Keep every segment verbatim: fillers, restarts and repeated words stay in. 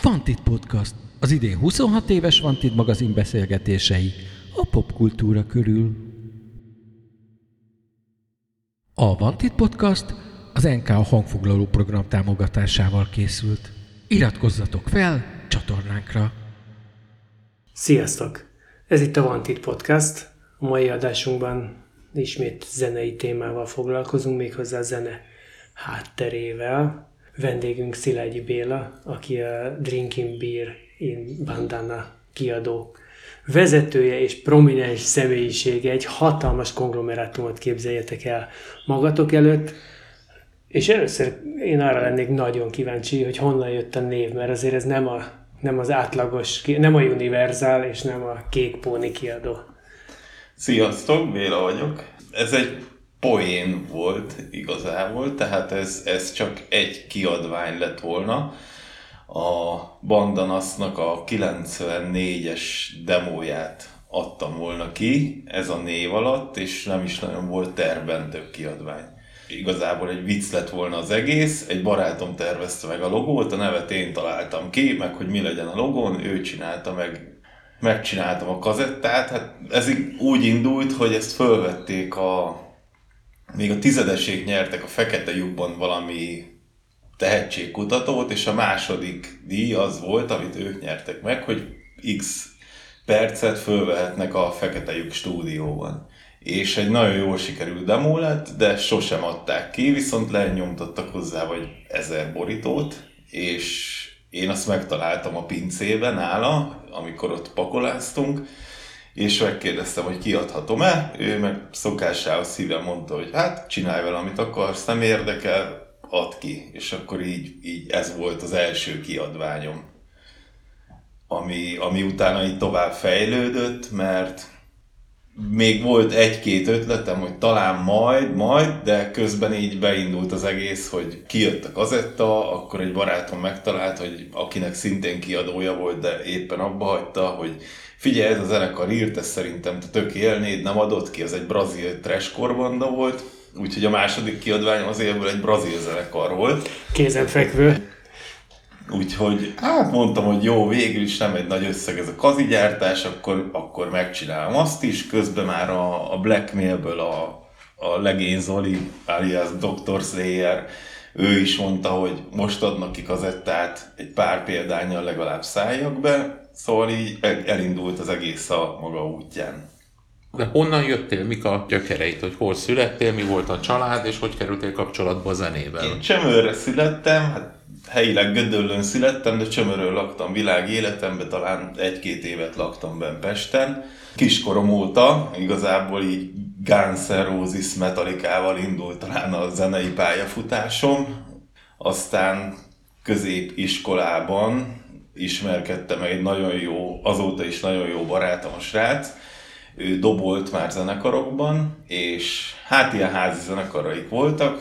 Vantit Podcast, az idén huszonhat éves Vantit magazin beszélgetései a popkultúra körül. A Vantit Podcast az en ká hangfoglaló program támogatásával készült. Iratkozzatok fel csatornánkra! Sziasztok! Ez itt a Vantit Podcast. A mai adásunkban ismét zenei témával foglalkozunk, méghozzá a zene hátterével. Vendégünk Szilágyi Béla, aki a Drinking Beer in Bandana kiadó vezetője és prominens személyisége. Egy hatalmas konglomerátumot képzeljetek el magatok előtt. És először én arra lennék nagyon kíváncsi, hogy honnan jött a név, mert azért ez nem, a, nem az átlagos, nem a Universal és nem a Kék Póni kiadó. Sziasztok, Béla vagyok. Ez egy poén volt igazából, tehát ez, ez csak egy kiadvány lett volna. A Bandanasnak a kilencvennégyes demóját adtam volna ki, ez a név alatt, és nem is nagyon volt tervben több kiadvány. Igazából egy vicc lett volna az egész, egy barátom tervezte meg a logót, a nevet én találtam ki, meg hogy mi legyen a logón, ő csinálta meg, megcsináltam a kazettát. Hát ez úgy indult, hogy ezt fölvették a még a tizedesék nyertek a Fekete lyukban valami tehetségkutatót, és a második díj az volt, amit ők nyertek meg, hogy X percet fölvehetnek a Fekete lyuk stúdióban. És egy nagyon jól sikerült demó lett, de sosem adták ki, viszont lenyomtattak hozzá vagy ezer borítót, és én azt megtaláltam a pincében nála, amikor ott pakoláztunk, és megkérdeztem, hogy kiadhatom-e, ő meg szokásához szíven mondta, hogy hát csinálj vele, amit akarsz, nem érdekel, add ki. És akkor így, így ez volt az első kiadványom, ami, ami utána így tovább fejlődött, mert még volt egy-két ötletem, hogy talán majd, majd, de közben így beindult az egész, hogy kijött a kazetta, akkor egy barátom megtalált, hogy akinek szintén kiadója volt, de éppen abba hagyta, hogy figyelj, ez a zenekar írt, ezt szerintem te tök élnéd, nem adott ki, ez egy brazil trashcore banda volt, úgyhogy a második kiadványom az évből egy brazil zenekar volt. Kézenfekvő. Úgyhogy hát mondtam, hogy jó, végül is nem egy nagy összeg ez a kazigyártás, akkor, akkor megcsinálom azt is, közben már a, a Blackmailből a, a Legény Zoli, alias doktor Slayer, ő is mondta, hogy most adnak ki kazettát, egy pár példánnyal legalább szálljak be, szóval így elindult az egész a maga útján. De honnan jöttél? Mik a gyökereid? Hogy hol születtél, mi volt a család, és hogy kerültél kapcsolatba a zenével? Én Csömörre születtem, hát helyileg Gödöllőn születtem, de Csömörön laktam világ életemben, talán egy-két évet laktam benn Pesten. Kiskorom óta, igazából így Guns N' Roses Metallicával indult talán a zenei pályafutásom, aztán középiskolában ismerkedtem egy nagyon jó, azóta is nagyon jó barátom, a srác. Ő dobolt már zenekarokban, és hát ilyen házi zenekaraik voltak,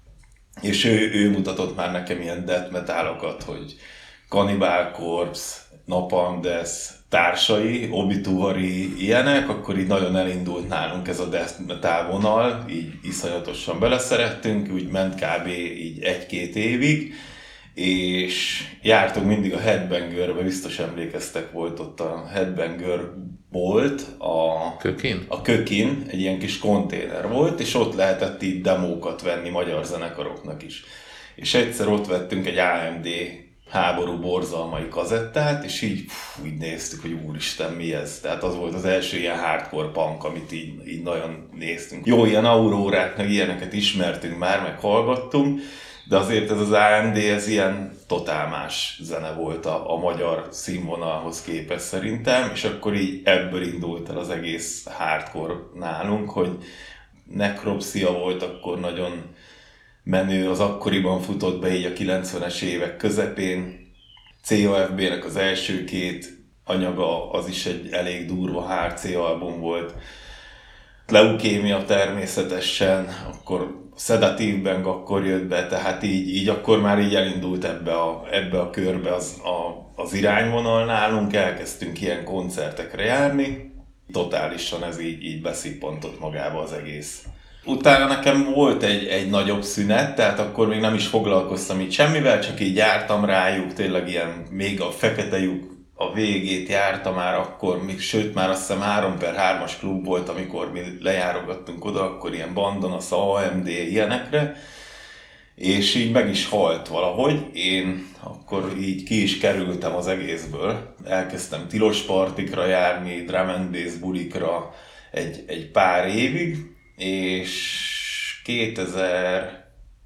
és ő, ő mutatott már nekem ilyen death metalokat, hogy Cannibal Corpse, Napalm Death társai, Obituary, ilyenek, akkor így nagyon elindult nálunk ez a death metal vonal, így iszonyatosan beleszerettünk, úgy ment kb. Így egy-két évig, és jártunk mindig a Headbangerbe, biztos emlékeztek, volt ott a Headbanger bolt, a Kökin? A Kökin, egy ilyen kis konténer volt, és ott lehetett így demókat venni magyar zenekaroknak is. És egyszer ott vettünk egy á em dé háború borzalmai kazettát, és így, fú, így néztük, hogy úristen, mi ez? Tehát az volt az első ilyen hardcore punk, amit így, így nagyon néztünk. Jó, ilyen aurórát, meg ilyeneket ismertünk már, meg hallgattunk, de azért ez az á em dé, ez ilyen totál más zene volt a, a magyar színvonalhoz képest szerintem, és akkor így ebből indult el az egész hardcore nálunk, hogy Necropsia volt akkor nagyon menő, az akkoriban futott be így a kilencvenes évek közepén. cé o ef bé-nek az első két anyaga, az is egy elég durva hard C album volt. Leukémia természetesen, akkor Sedative Bang akkor jött be, tehát így, így akkor már így elindult ebbe a, ebbe a körbe az, a, az irányvonal nálunk, elkezdtünk ilyen koncertekre járni. Totálisan ez így, így beszippantott magába az egész. Utána nekem volt egy, egy nagyobb szünet, tehát akkor még nem is foglalkoztam itt semmivel, csak így jártam rájuk, tényleg ilyen, még a fekete lyuk a végét jártam már akkor, még, sőt már azt hiszem három per hármas klub volt, amikor mi lejárogattunk oda, akkor ilyen Bandanas, á em dé, ilyenekre, és így meg is halt valahogy. Én akkor így ki is kerültem az egészből, elkezdtem tilos partikra járni, drum and bass bulikra egy, egy pár évig, és kétezer-öt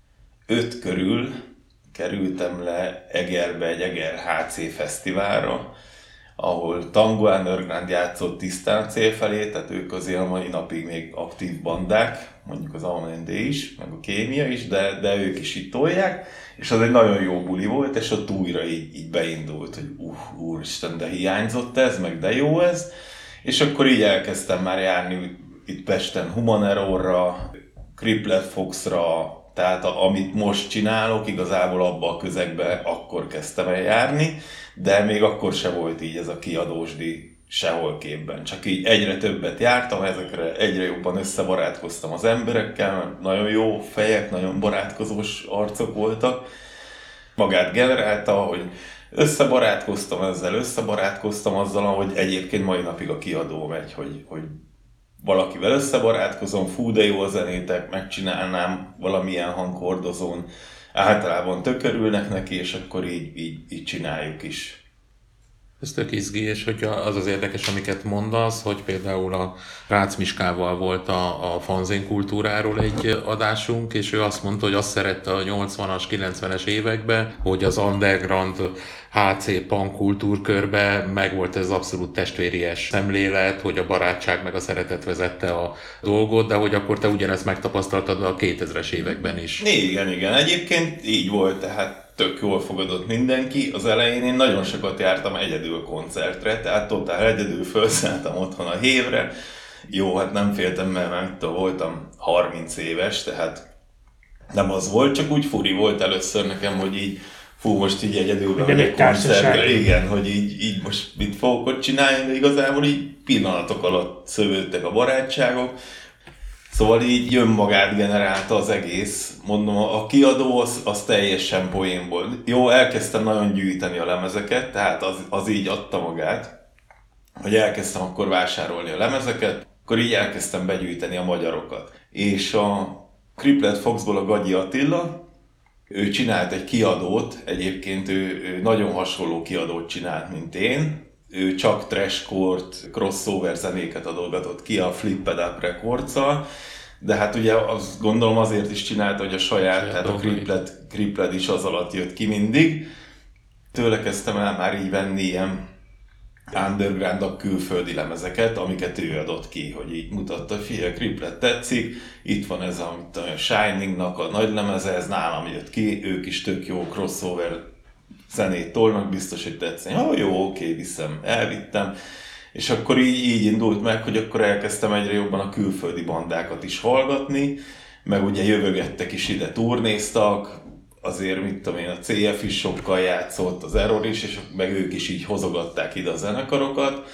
körül kerültem le Egerbe egy Eger há cé fesztiválra, ahol Tango Underground játszott tisztán cél felé, tehát ők azért a mai napig még aktív bandák, mondjuk az á em dé is, meg a Kémia is, de, de ők is itt tolják, és az egy nagyon jó buli volt, és ott újra így, így beindult, hogy uh, úristen, de hiányzott ez, meg de jó ez, és akkor így elkezdtem már járni itt Pesten Human Errorra, Criplet Foxra, tehát a, amit most csinálok, igazából abba a közegbe akkor kezdtem el járni, de még akkor se volt így ez a kiadósdi sehol képben. Csak így egyre többet jártam, ezekre egyre jobban összebarátkoztam az emberekkel, mert nagyon jó fejek, nagyon barátkozós arcok voltak. Magát generálta, hogy összebarátkoztam ezzel, összebarátkoztam azzal, hogy egyébként mai napig a kiadó megy, hogy, hogy valakivel összebarátkozom, fú, de jó a zenétek, megcsinálnám valamilyen hanghordozón, általában tökörülnek neki, és akkor így, így, így csináljuk is. Ez tök izgi, és hogy az az érdekes, amiket mondasz, hogy például a Rácz Miskával volt a, a fanzén kultúráról egy adásunk, és ő azt mondta, hogy azt szerette a nyolcvanas, kilencvenes években, hogy az underground há cé punk kultúrkörbe megvolt ez abszolút testvéries szemlélet, hogy a barátság meg a szeretet vezette a dolgot, de hogy akkor te ugyanezt megtapasztaltad a kétezres években is. Igen, igen. Egyébként így volt, tehát tök jól fogadott mindenki. Az elején én nagyon sokat jártam egyedül koncertre, tehát totál egyedül felszálltam otthon a hévre. Jó, hát nem féltem, mert nem tudom, voltam harminc éves, tehát nem az volt, csak úgy furi volt először nekem, hogy így fú, most így egyedül van egy koncertre, igen, hogy így, így most mit fogok ott csinálni, de igazából így pillanatok alatt szövődtek a barátságok. Szóval így önmagát generálta az egész. Mondom, a kiadó az, az teljesen poén volt. Jó, elkezdtem nagyon gyűjteni a lemezeket, tehát az, az így adta magát, hogy elkezdtem akkor vásárolni a lemezeket, akkor így elkezdtem begyűjteni a magyarokat. És a Criplet Foxból a Gagyi Attila, ő csinált egy kiadót, egyébként ő, ő nagyon hasonló kiadót csinált, mint én. Ő csak trashcore-t, crossover zenéket adogatott ki a Flipped Up Records-al, de hát ugye azt gondolom azért is csinálta, hogy a saját, saját tehát a Criplet, Criplet is az alatt jött ki mindig. Tőle kezdtem el már így venni ilyen underground külföldi lemezeket, amiket ő adott ki, hogy így mutatta, hogy figyelj, Criplet tetszik, itt van ez a, a Shiningnak a nagy lemeze, ez nálam jött ki, ők is tök jó crossover zenét tolnak, biztos, hogy tetszeni. Ha jó, oké, viszem, elvittem. És akkor így, így indult meg, hogy akkor elkezdtem egyre jobban a külföldi bandákat is hallgatni, meg ugye jövögettek is ide, turnéztak, azért, mit tudom én, a cé ef is sokkal játszott, az Error is, és meg ők is így hozogatták ide a zenekarokat.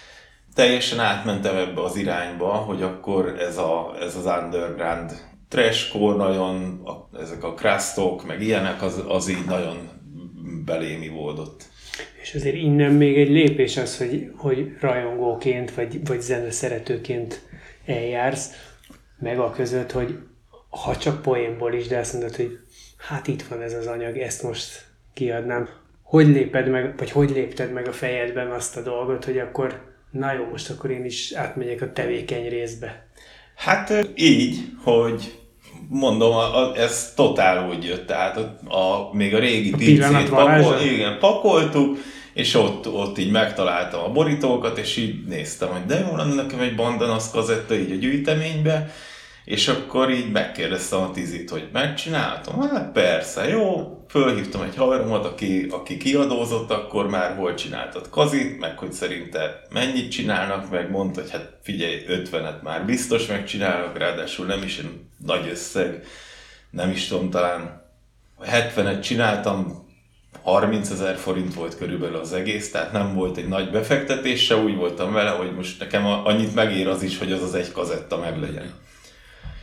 Teljesen átmentem ebbe az irányba, hogy akkor ez, a, ez az underground trashcore nagyon, a, ezek a crustok, meg ilyenek, az, az így nagyon belém ivódott. És azért innen még egy lépés az, hogy, hogy rajongóként, vagy, vagy zeneszeretőként eljársz, meg a között, hogy ha csak poénból is, de azt mondod, hogy hát itt van ez az anyag, ezt most kiadnám. Hogy léped meg, vagy hogy lépted meg a fejedben azt a dolgot, hogy akkor na jó, most akkor én is átmegyek a tevékeny részbe? Hát így, hogy mondom, a, a, ez totál úgy jött, tehát a, a, még a régi pincét pakol, igen, pakoltuk, és ott, ott így megtaláltam a borítókat, és így néztem, hogy de jó lenne nekem egy Bandanas kazetta így a gyűjteménybe, és akkor így megkérdeztem a Tizit, hogy megcsináltam? Hát persze, jó, fölhívtam egy haveromat, aki, aki kiadózott, akkor már hol csináltad kazit, meg hogy szerinte mennyit csinálnak, meg mondta, hogy hát figyelj, ötvenet már biztos megcsinálnak, ráadásul nem is egy nagy összeg, nem is tudom, talán hetvenet csináltam, harmincezer forint volt körülbelül az egész, tehát nem volt egy nagy befektetés, se úgy voltam vele, hogy most nekem annyit megér az is, hogy az az egy kazetta meglegyen.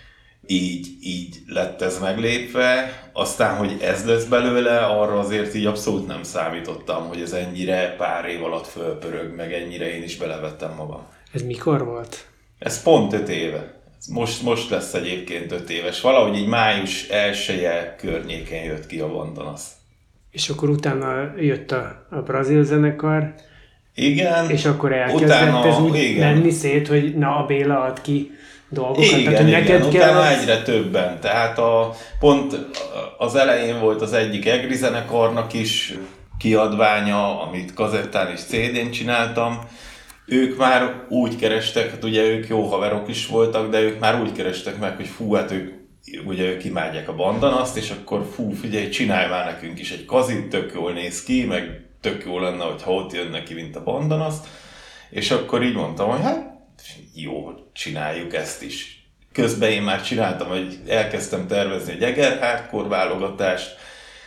így, így lett ez meglépve. Aztán, hogy ez lesz belőle, arra azért így abszolút nem számítottam, hogy ez ennyire pár év alatt fölpörög, meg ennyire én is belevettem magam. Ez mikor volt? Ez pont öt éve. Most, most lesz egyébként öt éves. Valahogy így május elseje környékén jött ki a Bandanasz. És akkor utána jött a, a brazil zenekar. Igen. És akkor elkezdett utána, ez úgy igen. menni szét, hogy na, a Béla ad ki dolgokat. Igen, tehát, igen. neked Utána kell... egyre többen. Tehát a, pont az elején volt az egyik Egri zenekarnak is kiadványa, amit kazettán és cé dén csináltam. Ők már úgy kerestek, hát ugye ők jó haverok is voltak, de ők már úgy kerestek meg, hogy fú, hát ők ugye ők imádják a Bandanaszt, és akkor fú, figyelj, csinálj már nekünk is egy kazit, tök jól néz ki, meg tök jó lenne, hogyha ott jön neki, mint a Bandanasz. És akkor így mondtam, hogy hát jó, csináljuk ezt is. Közben én már csináltam, hogy elkezdtem tervezni egy Eger Hardcore válogatást,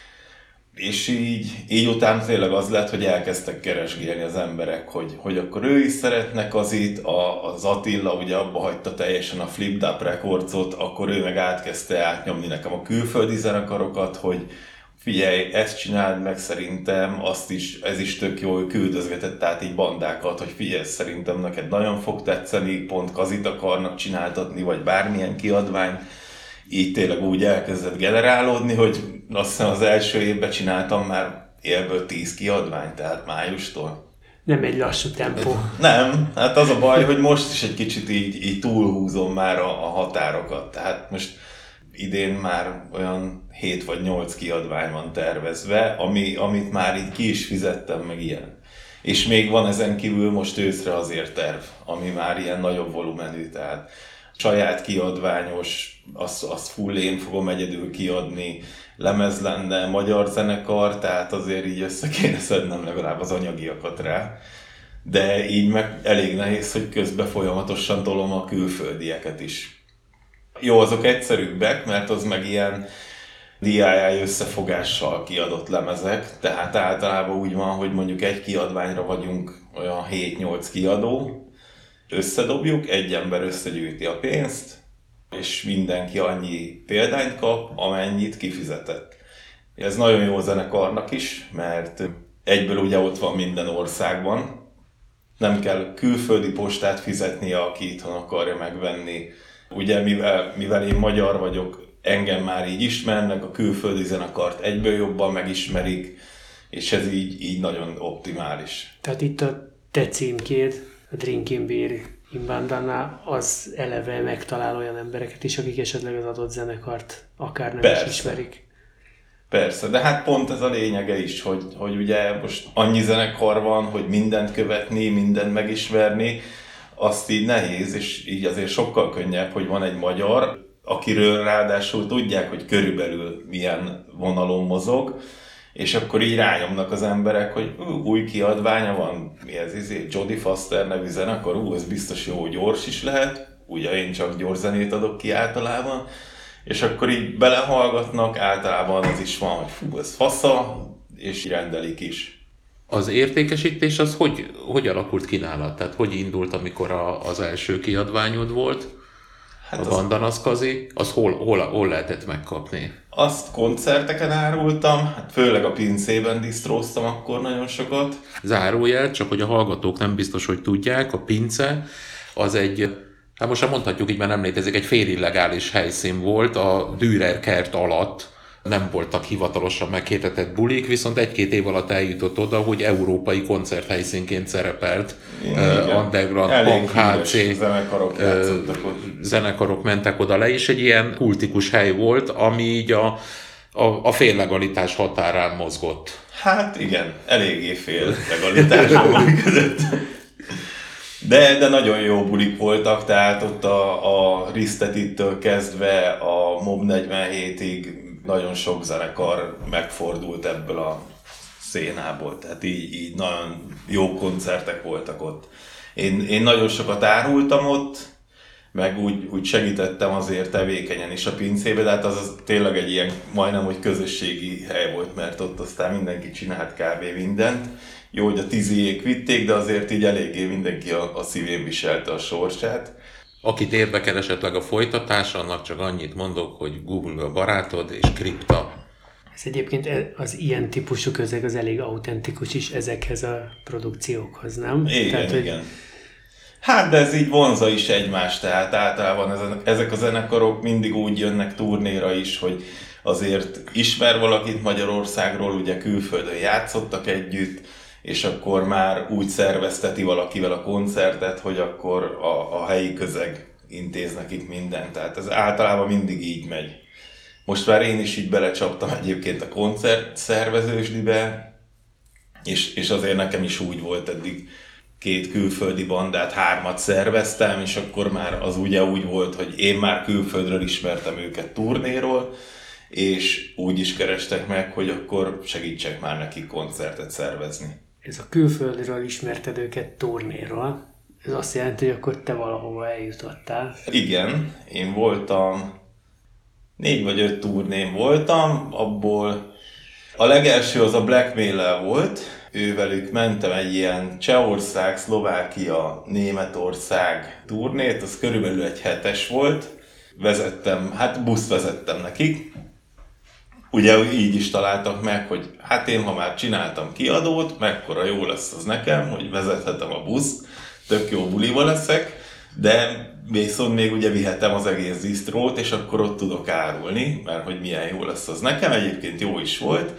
és így, így utána tényleg az lett, hogy elkezdtek keresgélni az emberek, hogy, hogy akkor ő is szeretne kazit, a, az Attila ugye abba hagyta teljesen a Flip Dub Recordsot, akkor ő meg átkezdte átnyomni nekem a külföldi zenekarokat, hogy figyelj, ezt csináld meg szerintem, azt is, ez is tök jó, ő küldözgetett át így bandákat, hogy figyelj, szerintem neked nagyon fog tetszeni, pont kazit akarnak csináltatni, vagy bármilyen kiadványt. Így tényleg úgy elkezdett generálódni, hogy azt hiszem az első évben csináltam már élből tíz kiadványt, tehát májustól. Nem egy lassú tempó. Nem, hát az a baj, hogy most is egy kicsit így, így túlhúzom már a, a határokat. Tehát most idén már olyan hét vagy nyolc kiadvány van tervezve, ami, amit már így ki is fizettem, meg ilyen. És még van ezen kívül most őszre azért terv, ami már ilyen nagyobb volumenű, tehát saját kiadványos, azt, azt full én fogom egyedül kiadni, lemez lenne, magyar zenekar, tehát azért így össze kéne szednem legalább az anyagiakat rá. De így meg elég nehéz, hogy közben folyamatosan tolom a külföldieket is. Jó, azok egyszerűbbek, mert az meg ilyen dé i i összefogással kiadott lemezek, tehát általában úgy van, hogy mondjuk egy kiadványra vagyunk olyan hét-nyolc kiadó, összedobjuk, egy ember összegyűjti a pénzt, és mindenki annyi példányt kap, amennyit kifizetett. Ez nagyon jó zenekarnak is, mert egyből ugye ott van minden országban, nem kell külföldi postát fizetnie, aki itthon akarja megvenni. Ugye mivel, mivel én magyar vagyok, engem már így ismernek, a külföldi zenekart egyből jobban megismerik, és ez így, így nagyon optimális. Tehát itt a te címkéd, a Drinking Beer in Bandana, az eleve megtalál olyan embereket is, akik esetleg az adott zenekart akár nem Persze. is ismerik. Persze, de hát pont ez a lényege is, hogy, hogy ugye most annyi zenekar van, hogy mindent követni, mindent megismerni, azt így nehéz, és így azért sokkal könnyebb, hogy van egy magyar, akiről ráadásul tudják, hogy körülbelül milyen vonalon mozog, és akkor így rányomnak az emberek, hogy ú, új kiadványa van, mi ez, izé, Jodie Foster nevű zenekar, ú, ez biztos jó, gyors is lehet, ugye én csak gyors zenét adok ki általában, és akkor így belehallgatnak, általában az is van, hogy fú, ez fasza, és rendelik is. Az értékesítés az hogy, hogy alakult ki nálad? Tehát hogy indult, amikor a, az első kiadványod volt? Hát a Bandanasz kazi, az hol, hol, hol lehetett megkapni? Azt koncerteken árultam, hát főleg a pincében disztróztam akkor nagyon sokat. Zárójel, csak hogy a hallgatók nem biztos, hogy tudják, a pince az egy, hát most már mondhatjuk így, mert nem létezik, egy félillegális helyszín volt a Dürer kert alatt. Nem voltak hivatalosan meghirdetett bulik, viszont egy-két év alatt eljutott oda, hogy európai koncerthelyszínként szerepelt. Uh, underground, punk, há cé zenekarok, uh, zenekarok mentek oda le, és egy ilyen kultikus hely volt, ami így a, a, a féllegalitás határán mozgott. Hát igen, eléggé fél legalitásban működött. De, de nagyon jó bulik voltak, tehát ott a, a Risztetittől kezdve a Mob negyvenhétig nagyon sok zenekar megfordult ebből a szénából, tehát így, így nagyon jó koncertek voltak ott. Én, én nagyon sokat árultam ott, meg úgy, úgy segítettem azért tevékenyen is a pincébe, de hát az, az tényleg egy ilyen majdnem, hogy közösségi hely volt, mert ott aztán mindenki csinált kb. Mindent. Jó, hogy a tiziék vitték, de azért így eléggé mindenki a, a szívén viselte a sorsát. Akit érdekel esetleg a folytatás, annak csak annyit mondok, hogy Google a barátod és kripta. Ez egyébként az ilyen típusú közeg az elég autentikus is ezekhez a produkciókhoz, nem? Igen, Tehát, hogy... igen. Hát, de ez így vonza is egymást, tehát általában ezek a zenekarok mindig úgy jönnek turnéra is, hogy azért ismer valakit Magyarországról, ugye külföldön játszottak együtt, és akkor már úgy szervezteti valakivel a koncertet, hogy akkor a, a helyi közeg intéz nekik mindent. Tehát ez általában mindig így megy. Most már én is így belecsaptam egyébként a koncert szervezősdibe, és, és azért nekem is úgy volt eddig, két külföldi bandát, hármat szerveztem, és akkor már az ugye úgy volt, hogy én már külföldről ismertem őket turnéról, és úgy is kerestek meg, hogy akkor segítsek már nekik koncertet szervezni. Ez a külföldről ismerted őket turnéról, ez azt jelenti, hogy akkor te valahova eljutottál. Igen, én voltam, négy vagy öt turnén voltam, abból a legelső az a Blackmail-el volt, ővelük mentem egy ilyen Csehország, Szlovákia, Németország turnét, az körülbelül egy hetes volt, vezettem, hát buszt vezettem nekik. Ugye így is találtak meg, hogy hát én ha már csináltam kiadót, mekkora jó lesz az nekem, hogy vezethetem a buszt, tök jó buliba leszek, de viszont még ugye vihetem az egész disztrót, és akkor ott tudok árulni, mert hogy milyen jó lesz az nekem, egyébként jó is volt.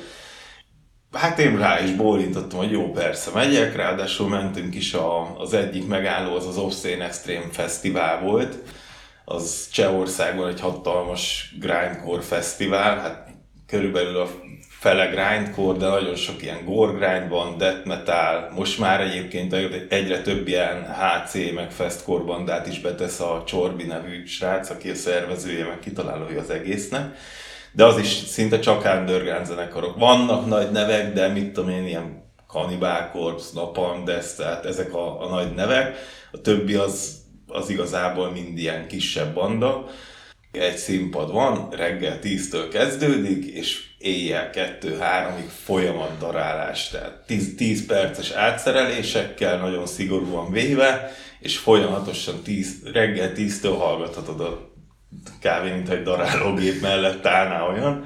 Hát én rá is bólintottam, hogy jó, persze megyek, ráadásul mentünk is a, az egyik megálló, az az Obscene Extreme Fesztivál volt, az Csehországban egy hatalmas grindcore fesztivál, hát körülbelül a fele grindcore, de nagyon sok ilyen gore grind van, death metal, most már egyébként egyre több ilyen há cé meg festcore bandát is betesz a Csorbi nevű srác, aki a szervezője, meg kitalálója az egésznek. De az is szinte csak underground zenekarok. Vannak nagy nevek, de mit tudom én, ilyen Cannibal Corpse, Napalm Death, tehát ezek a, a nagy nevek. A többi az, az igazából mind ilyen kisebb banda. Egy színpad van, reggel tíztől kezdődik, és éjjel kettő-háromig folyamat darálás. Tehát tíz perces átszerelésekkel, nagyon szigorúan véve, és folyamatosan tíz, reggel tíztől hallgathatod a kávé, mint egy darálógép mellett állná olyan.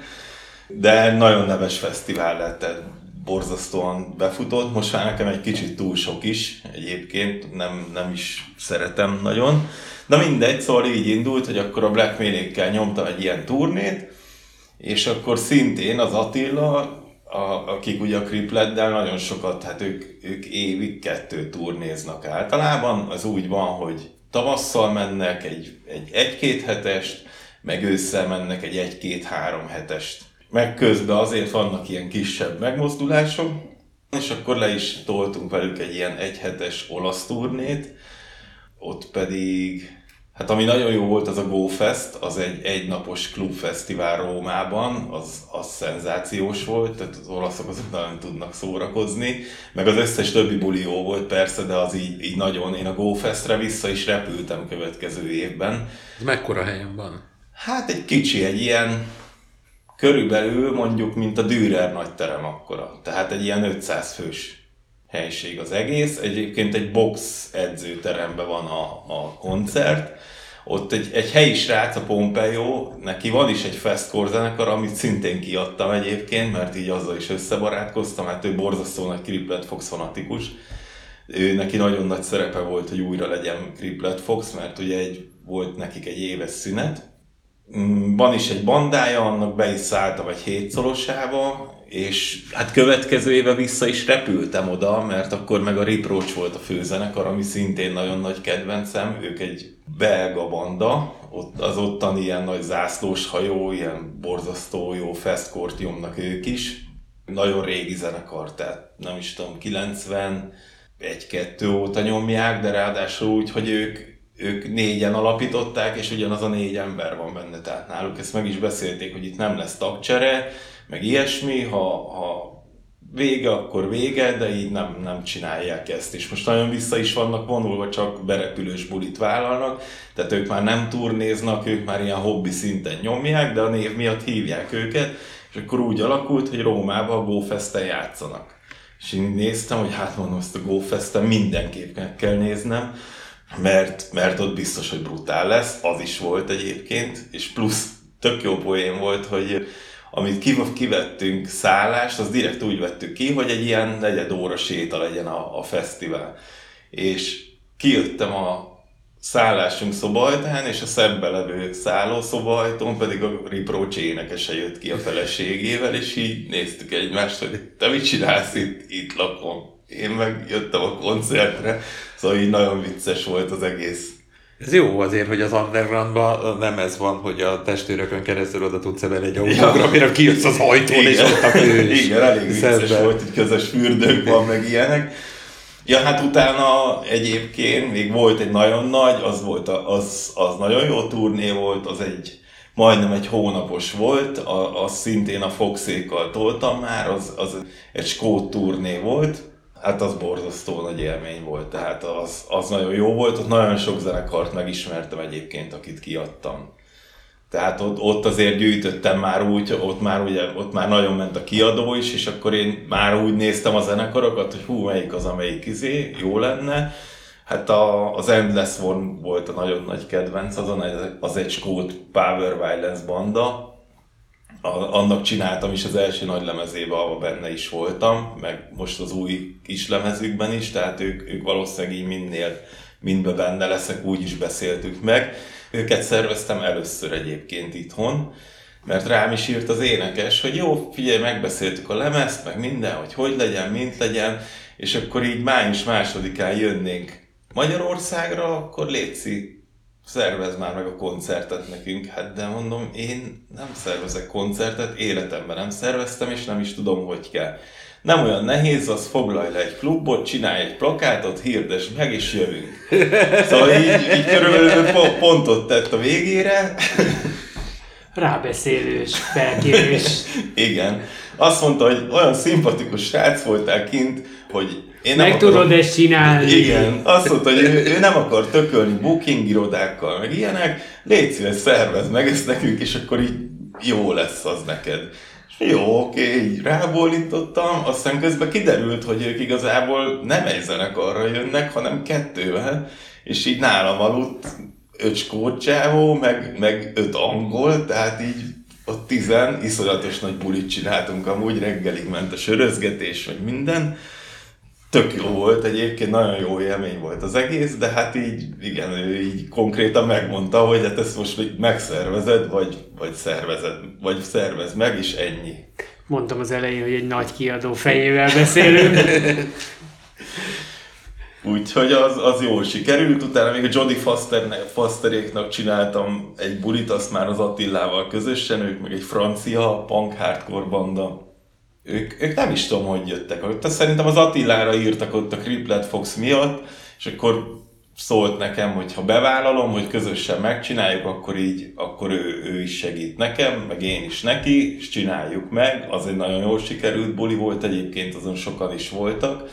De nagyon neves fesztivál lett, tehát borzasztóan befutott. Most már nekem egy kicsit túl sok is, egyébként nem, nem is szeretem nagyon. Na mindegy, szóval így indult, hogy akkor a Blackmail-ékkel nyomtam egy ilyen turnét, és akkor szintén az Attila, a, akik ugye a Kripleddel nagyon sokat, hát ők, ők évig kettő turnéznak általában. Az úgy van, hogy tavasszal mennek egy, egy egy-két hetest, meg ősszel mennek egy egy-két-három hetest. Meg közben azért vannak ilyen kisebb megmozdulások, és akkor le is toltunk velük egy ilyen egyhetes olasz turnét, ott pedig, hát ami nagyon jó volt, az a Go Fest, az egy egynapos klubfesztivál Rómában, az, az szenzációs volt, tehát az olaszok azok nagyon tudnak szórakozni, meg az összes többi buli jó volt persze, de az így, így nagyon, én a Go Festre vissza is repültem következő évben. Ez mekkora helyen van? Hát egy kicsi, egy ilyen, körülbelül mondjuk, mint a Dürer nagyterem akkora, tehát egy ilyen ötszáz fős helység az egész. Egyébként egy box edzőteremben van a, a koncert. Ott egy, egy helyi srác, a Pompeo, neki van is egy festcore zenekar, amit szintén kiadtam egyébként, mert így azzal is összebarátkoztam, hát ő borzasztó nagy Kriplet Fox fanatikus. Ő neki nagyon nagy szerepe volt, hogy újra legyen Kriplet Fox, mert ugye egy, volt nekik egy éves szünet. Van is egy bandája, annak be is szálltam egy hétszorosába, és hát következő éve vissza is repültem oda, mert akkor meg a Reproach volt a főzenekar, ami szintén nagyon nagy kedvencem. Ők egy belga banda, ott az ottani ilyen nagy zászlós hajó, ilyen borzasztó jó festcore-t nyomnak ők is. Nagyon régi zenekar, tehát nem is tudom, kilencvenegy-kettő óta nyomják, de ráadásul úgy, hogy ők ők négyen alapították, és ugyanaz a négy ember van benne, tehát náluk ezt meg is beszélték, hogy itt nem lesz tagcsere, meg ilyesmi, ha, ha vége, akkor vége, de így nem, nem csinálják ezt. És most nagyon vissza is vannak vonulva, csak berepülős bulit vállalnak, tehát ők már nem turnéznak, ők már ilyen hobbi szinten nyomják, de a név miatt hívják őket, és akkor úgy alakult, hogy Rómában a Go Festen játszanak. És én néztem, hogy hát mondom, ezt a Go Festen mindenképp kell néznem. mert, mert ott biztos, hogy brutál lesz, az is volt egyébként, és plusz tök jó poén volt, hogy amit kivettünk szállást, az direkt úgy vettük ki, hogy egy ilyen negyed óra séta legyen a, a fesztivál. És kijöttem a szállásunk szobaajtán, és a szembe levő szállószobaajtón pedig a Riprocs énekese jött ki a feleségével, és így néztük egymást, hogy te mit csinálsz itt, itt lakom. Én meg jöttem a koncertre, szóval így nagyon vicces volt az egész. Ez jó azért, hogy az undergroundban nem ez van, hogy a testőrökön keresztül oda tudsz emelni egy autogramira, ja. Kijössz az ajtón, igen. És ott a fő is. Igen, elég vicces volt, hogy közös fürdők van, meg ilyenek. Ja, hát utána egyébként még volt egy nagyon nagy, az, volt a, az, az nagyon jó turné volt, az egy majdnem egy hónapos volt, az, az szintén a Foxékkal toltam már, az, az egy skót turné volt. Hát az borzasztó nagy élmény volt, tehát az, az nagyon jó volt, ott nagyon sok zenekart megismertem egyébként, akit kiadtam. Tehát ott, ott azért gyűjtöttem már úgy, ott már, ugye, ott már nagyon ment a kiadó is, és akkor én már úgy néztem a zenekarokat, hogy hú, melyik az, amelyik izé, jó lenne. Hát a, az Endless One volt a nagyon nagy kedvenc, azon az egy skót Power Violence banda. A, annak csináltam is az első nagy lemezében, ahol benne is voltam, meg most az új kis lemezükben is, tehát ők, ők valószínűleg így mindnél, mindben benne leszek, úgy is beszéltük meg. Őket szerveztem először egyébként itthon, mert rám is írt az énekes, hogy jó, figyelj, megbeszéltük a lemezt, meg minden, hogy hogy legyen, mint legyen, és akkor így május másodikán jönnénk Magyarországra, akkor létszik, szervezd már meg a koncertet nekünk. Hát de mondom, én nem szervezek koncertet, életemben nem szerveztem, és nem is tudom, hogy kell. Nem olyan nehéz, az foglalj le egy klubot, csinálj egy plakátot, hirdesd meg, és jövünk. Szóval így, így körülbelül pontot tett a végére. Rábeszélős, felkérés. Igen. Azt mondta, hogy olyan szimpatikus srác voltál kint, hogy én nem meg akarom... tudod ezt csinálni. Igen, azt mondta, hogy ő, ő nem akar tökölni booking irodákkal, meg ilyenek, légy szíves, szervezd meg ezt nekünk, és akkor így jó lesz az neked. És jó, oké, így rábólintottam, aztán közben kiderült, hogy ők igazából nem egy zenekarra jönnek, hanem kettővel, és így nálam aludt öt skót csávó, meg, meg öt angol, tehát így ott tizen, iszonyatos nagy bulit csináltunk, amúgy reggelig ment a sörözgetés, vagy minden. Tök jó volt egyébként, nagyon jó élmény volt az egész, de hát így, igen, ő így konkrétan megmondta, hogy hát ezt most megszervezed, vagy, vagy szervezed, vagy szervezd meg, és ennyi. Mondtam az elején, hogy egy nagy kiadó fejével beszélünk. Úgyhogy az, az jól sikerült, utána még a Jodie Fosteréknak csináltam egy bulit, azt már az Attilával közösen, ők meg egy francia punk hardcore banda. Ők, ők nem is tudom, hogy jöttek. Ott szerintem az Attilára írtak ott a Crippled Fox miatt, és akkor szólt nekem, hogy ha bevállalom, hogy közösen megcsináljuk, akkor így, akkor ő, ő is segít nekem, meg én is neki, és csináljuk meg. Az egy nagyon jól sikerült buli volt, egyébként azon sokan is voltak.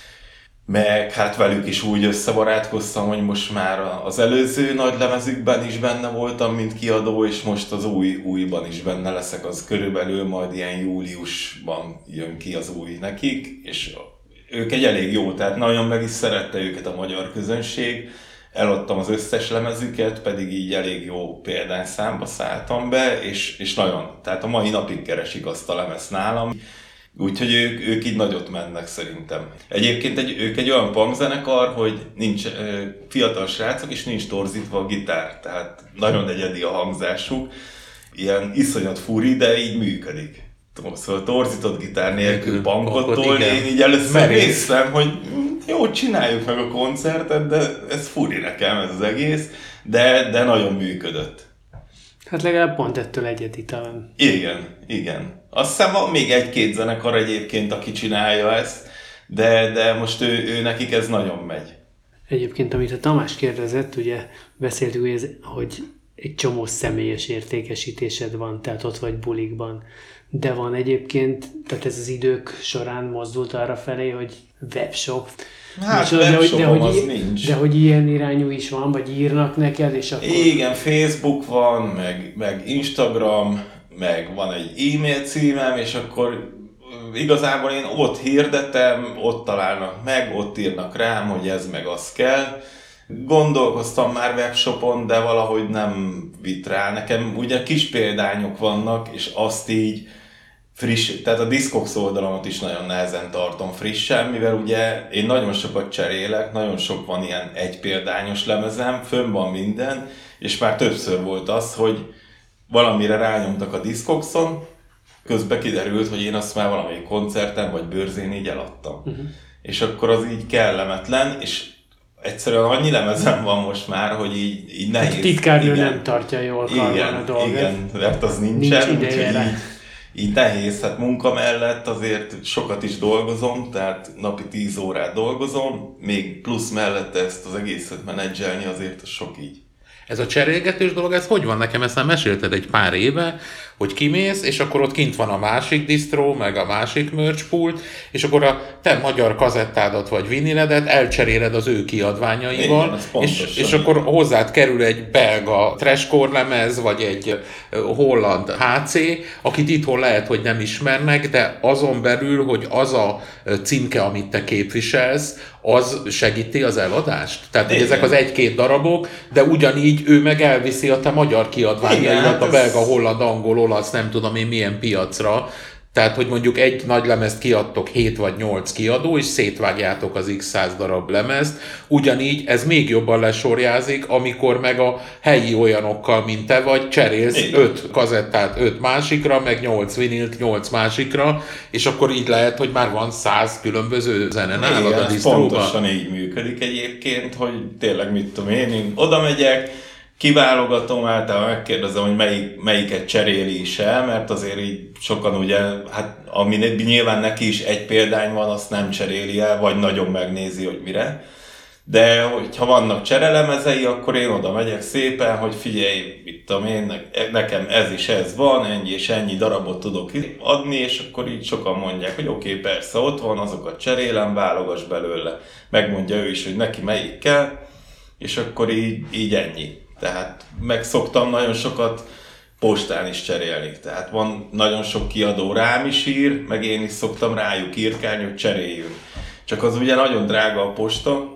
Meg hát velük is úgy összebarátkoztam, hogy most már az előző nagy lemezükben is benne voltam, mint kiadó, és most az új, újban is benne leszek, az körülbelül majd ilyen júliusban jön ki az új nekik, és ők egy elég jó, tehát nagyon meg is szerette őket a magyar közönség, eladtam az összes lemezüket, pedig így elég jó példányszámba szálltam be, és, és nagyon, tehát a mai napig keresik azt a lemezt nálam. Úgyhogy ők, ők így nagyot mennek szerintem. Egyébként egy, ők egy olyan punkzenekar, hogy nincs fiatal srácok, és nincs torzítva a gitár. Tehát nagyon egyedi a hangzásuk. Ilyen iszonyat furi, de így működik. Szóval torzított gitár nélkül punkot tolni. Én így először megnéztem, hogy jó, csináljuk meg a koncertet, de ez furi nekem ez az egész. De, de nagyon működött. Hát legalább pont ettől egyedi talán. Igen, igen. Azt hiszem van még egy-két zenekar egyébként, aki csinálja ezt, de, de most ő, ő nekik ez nagyon megy. Egyébként, amit a Tamás kérdezett, ugye beszéltük, hogy, ez, hogy egy csomó személyes értékesítésed van, tehát ott vagy bulikban. De van egyébként, tehát ez az idők során mozdult arra felé, hogy webshop. Hát de, webshopom de, hogy, az de, nincs. De hogy ilyen irányú is van, vagy írnak neked, és akkor... Igen, Facebook van, meg, meg Instagram, meg van egy e-mail címem, és akkor igazából én ott hirdetem, ott találnak meg, ott írnak rám, hogy ez meg az kell. Gondolkoztam már webshopon, de valahogy nem vitt rá. Nekem ugye kis példányok vannak, és azt így friss, tehát a Discogs oldalamat is nagyon nehezen tartom frissen, mivel ugye én nagyon sokat cserélek, nagyon sok van ilyen egy példányos lemezem, fönn van minden, és már többször volt az, hogy valamire rányomtak a Discogson, közben kiderült, hogy én azt már valamelyik koncerten vagy bőrzén így eladtam. Uh-huh. És akkor az így kellemetlen, és egyszerűen annyi lemezem van most már, hogy így, így nehéz. A titkárnő nem tartja jól karban a dolgot. Igen, mert az nincsen, Nincs úgyhogy így, így nehéz. Hát munka mellett azért sokat is dolgozom, tehát napi tíz órát dolgozom, még plusz mellette ezt az egészet menedzselni azért az sok így. Ez a cserélgetős dolog, ez hogy van? Nekem ezt már mesélted egy pár éve, hogy kimész, és akkor ott kint van a másik disztró, meg a másik merchpult, és akkor a te magyar kazettádat vagy viniledet elcseréled az ő kiadványaival, igen, és, és akkor hozzád kerül egy belga trashcore lemez, vagy egy holland há cé, akit itthon lehet, hogy nem ismernek, de azon belül, hogy az a címke, amit te képviselsz, az segíti az eladást? Tehát, hogy ezek az egy-két darabok, de ugyanígy ő meg elviszi a te magyar kiadványaidat a belga, holland, angol, olasz, nem tudom én milyen piacra. Tehát, hogy mondjuk egy nagy lemezt kiadtok hét vagy nyolc kiadó, és szétvágjátok az x száz darab lemezt. Ugyanígy ez még jobban lesorjázik, amikor meg a helyi olyanokkal, mint te vagy, cserélsz igen. öt kazettát öt másikra, meg nyolc vinilt nyolc másikra, és akkor így lehet, hogy már van száz különböző zene nálad a disztróban. Pontosan így működik egyébként, hogy tényleg mit tudom én, én oda megyek, kiválogatom, általában megkérdezem, hogy melyik, melyiket cseréli is el, mert azért így sokan ugye, hát ami nyilván neki is egy példány van, azt nem cseréli el, vagy nagyon megnézi, hogy mire. De hogyha vannak cserelemezei, akkor én oda megyek szépen, hogy figyelj, mit tudom én, nekem ez is ez van, ennyi és ennyi darabot tudok adni, és akkor így sokan mondják, hogy oké, okay, persze ott van, azokat cserélem, válogass belőle. Megmondja ő is, hogy neki melyik kell, és akkor így, így ennyi. Tehát meg szoktam nagyon sokat postán is cserélni. Tehát van nagyon sok kiadó rám is ír, meg én is szoktam rájuk írkálni, hogy cseréljünk. Csak az ugye nagyon drága a posta.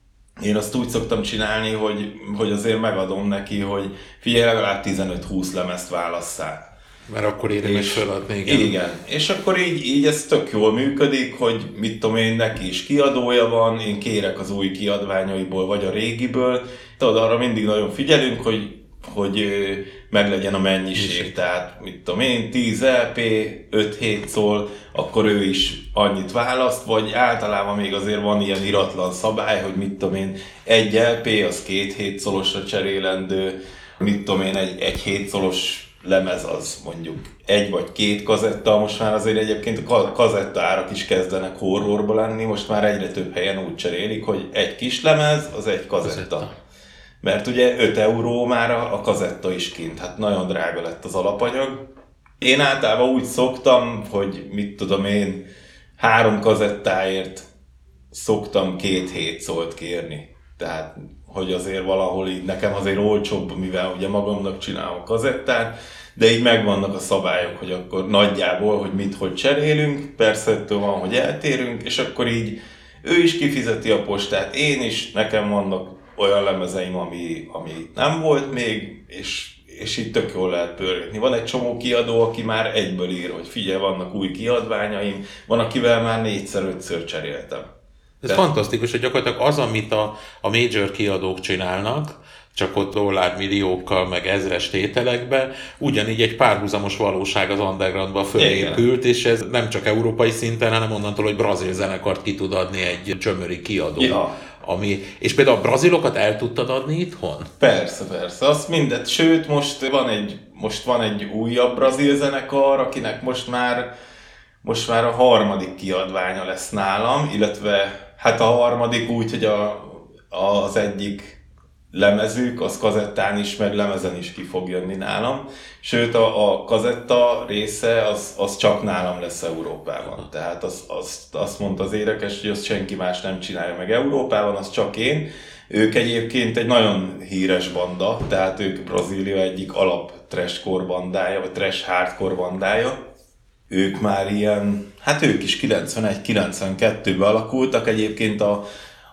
Én azt úgy szoktam csinálni, hogy, hogy azért megadom neki, hogy figyelj, legalább tizenöt-húsz lemezt válasszál. Mert akkor érdemes feladni, igen. Igen. És akkor így, így ez tök jól működik, hogy mit tudom én, neki is kiadója van, én kérek az új kiadványaiból, vagy a régiből. Tehát arra mindig nagyon figyelünk, hogy, hogy meglegyen a mennyiség. Tehát mit tudom én, tíz el pé, öt-hét szól, akkor ő is annyit választ, vagy általában még azért van ilyen iratlan szabály, hogy mit tudom én, egy el pé az két hét szólosra cserélendő, mit tudom én, egy, egy hét szolos lemez az mondjuk egy vagy két kazetta, most már azért egyébként a kazetta árak is kezdenek horrorba lenni, most már egyre több helyen úgy cserélik, hogy egy kis lemez, az egy kazetta. kazetta. Mert ugye öt euró már a, a kazetta is kint, hát nagyon drága lett az alapanyag. Én általában úgy szoktam, hogy mit tudom én, három kazettáért szoktam két hét szólt kérni. Tehát hogy azért valahol így nekem azért olcsóbb, mivel ugye magamnak csinálom a kazettát, de így megvannak a szabályok, hogy akkor nagyjából, hogy mit, hogy cserélünk, persze ettől van, hogy eltérünk, és akkor így ő is kifizeti a postát, én is, nekem vannak olyan lemezeim, ami, ami nem volt még, és, és így tök jól lehet pörgetni. Van egy csomó kiadó, aki már egyből ír, hogy figyelj, vannak új kiadványaim, van, akivel már négyszer-ötször cseréltem. Ez de... fantasztikus, hogy gyakorlatilag az, amit a, a major kiadók csinálnak, csak ott dollármilliókkal, meg ezres tételekbe, ugyanígy egy párhuzamos valóság az undergroundban fölépült, és ez nem csak európai szinten, hanem onnantól, hogy brazil zenekart ki tud adni egy csömöri kiadó. Ja. Ami, és például a brazilokat el tudtad adni itthon? Persze, persze, azt mindet. Sőt, most van egy, most van egy újabb brazil zenekar, akinek most már, most már a harmadik kiadványa lesz nálam, illetve hát a harmadik úgy, hogy a, az egyik lemezük, az kazettán is, meg lemezen is ki fog jönni nálam. Sőt, a, a kazetta része az, az csak nálam lesz Európában. Tehát az, az, azt mondta az énekes, hogy azt senki más nem csinálja meg Európában, az csak én. Ők egyébként egy nagyon híres banda, tehát ők Brazília egyik alap trashcore bandája, vagy trash hardcore bandája. Ők már ilyen, hát ők is kilencvenegy kilencvenkettőben alakultak, egyébként a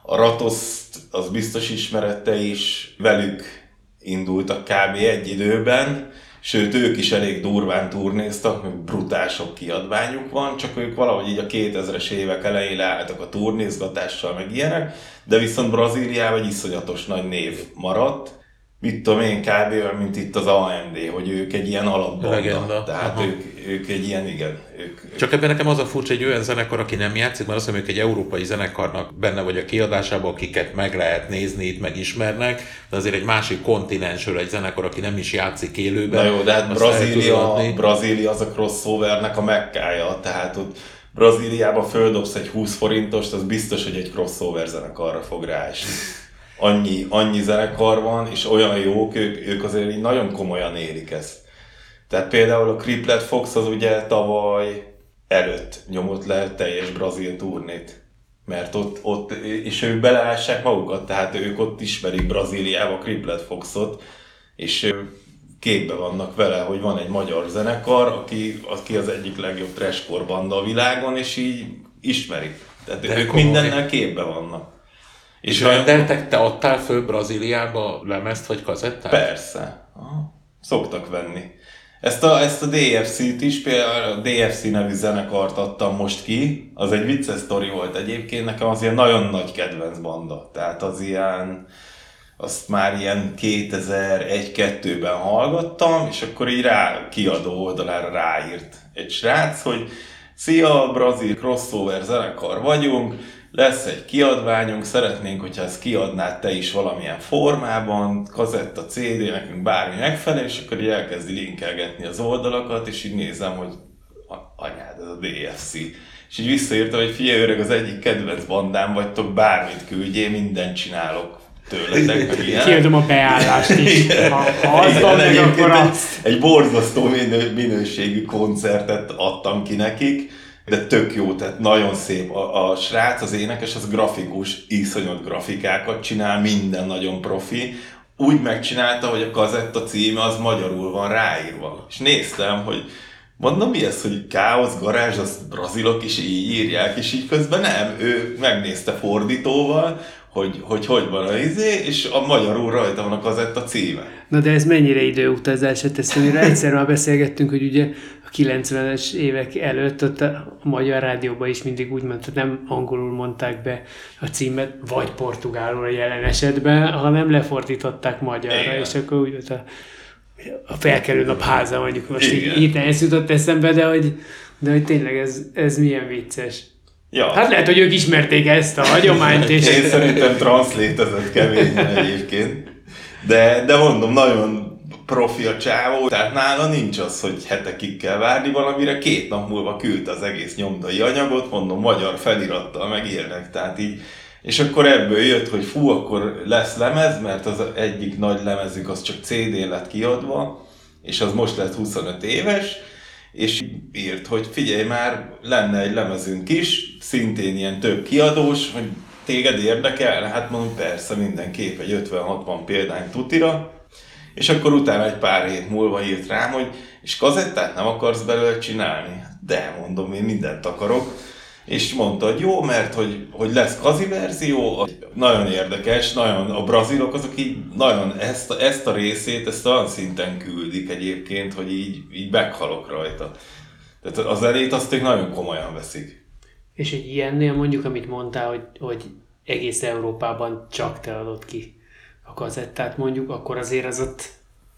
A Ratoszt, az biztos ismerette is, velük indultak kb. Egy időben, sőt ők is elég durván turnéztak, meg brutál sok kiadványuk van, csak ők valahogy így a kétezres évek elején leálltak a turnézgatással, meg ilyenek, de viszont Brazíliában egy iszonyatos nagy név maradt. Mit tudom én, kb. Olyan, mint itt az á em dé, hogy ők egy ilyen alapbanda. Legenda. Tehát ők, ők egy ilyen, igen. Ők, Csak ebben nekem az a furcsa, egy olyan zenekar, aki nem játszik, mert azt mondom, hogy egy európai zenekarnak benne vagy a kiadásában, akiket meg lehet nézni, itt megismernek, de azért egy másik kontinensről egy zenekar, aki nem is játszik élőben. Na jó, de hát Brazília, Brazília az a crossovernek a mekkája, tehát ott Brazíliában földobsz egy húsz forintost, az biztos, hogy egy crossover zenekarra fog ráesni. Annyi, annyi zenekar van, és olyan jók, ők, ők azért így nagyon komolyan élik ezt. Tehát például a Criplet Fox az ugye tavaly előtt nyomott le teljes brazil turnét. Mert ott, ott és ők beleássák magukat, tehát ők ott ismerik Brazíliába a Criplet Foxot, és képbe vannak vele, hogy van egy magyar zenekar, aki, aki az egyik legjobb trashcore banda a világon, és így ismerik. Tehát de ők komoly. Mindennel képbe vannak. És rendeltek, te adtál föl Brazíliába lemezt vagy kazettát? Persze. Aha. Szoktak venni. Ezt a, ezt a dé ef cét is, például a dé ef cé nevű zenekart adtam most ki. Az egy vicces sztori volt egyébként, nekem az ilyen nagyon nagy kedvenc banda. Tehát az ilyen, azt már ilyen kétezer-egy-kettőben hallgattam, és akkor így rá, kiadó oldalára ráírt egy srác, hogy szia, brazil crossover zenekar vagyunk, lesz egy kiadványunk, szeretnénk, hogyha ezt kiadnád te is valamilyen formában, kazetta, cé dé, nekünk bármi megfelel, és akkor így elkezdi linkelgetni az oldalakat, és így nézem, hogy anyád, ez a dé ef cé. És így visszaírta, hogy figyelj öreg, az egyik kedvenc bandám vagytok, bármit küldjél, mindent csinálok tőletek, meg ilyen. Kiadom a beállást is. Ha, ha az van, meg akkor azt. Egy, egy borzasztó minő, minőségű koncertet adtam ki nekik, de tök jó, tehát nagyon szép. A, a srác, az énekes, az grafikus, iszonyat grafikákat csinál, minden nagyon profi. Úgy megcsinálta, hogy a kazetta címe az magyarul van ráírva. És néztem, hogy mondom, mi ez, hogy káosz, garázs, az brazilok is így írják, és így közben nem. Ő megnézte fordítóval, hogy hogy, hogy van a izé, és a magyarul rajta van a kazetta címe. Na de ez mennyire időutazás? Hát ezt amire egyszer már beszélgettünk, hogy ugye a kilencvenes évek előtt ott a magyar rádióban is mindig úgy mondta, nem angolul mondták be a címet, vagy portugálul a jelen esetben, hanem lefordították magyarra, igen. És akkor úgy volt a, a felkelő nap háza, mondjuk most igen. Így ez jutott eszembe, de hogy, de hogy tényleg ez, ez milyen vicces. Ja. Hát lehet, hogy ők ismerték ezt a hagyományt. És én szerintem transzlétezett keményen egyébként. De, de mondom, nagyon profi a csávó, tehát nála nincs az, hogy hetekig kell várni valamire, két nap múlva küldte az egész nyomdai anyagot, mondom, magyar felirattal meg ilyenek, tehát így, és akkor ebből jött, hogy fú, akkor lesz lemez, mert az egyik nagy lemezük az csak cé dén lett kiadva, és az most lett huszonöt éves, és írt, hogy figyelj már, lenne egy lemezünk is, szintén ilyen több kiadós, hogy téged érdekel? Hát mondom, persze, mindenképp egy ötven-hatvan példány tutira, és akkor utána egy pár hét múlva írt rám, hogy és kazettát nem akarsz belőle csinálni? De mondom, én mindent akarok. És mondta, hogy jó, mert hogy, hogy lesz kazi verzió, nagyon érdekes, nagyon, a brazilok azok így nagyon ezt a, ezt a részét, ezt olyan szinten küldik egyébként, hogy így, így meghalok rajta. Tehát a zenét azt ők nagyon komolyan veszik. És egy ilyennél mondjuk, amit mondtál, hogy, hogy egész Európában csak te adod ki a kazettát mondjuk, akkor azért az ott,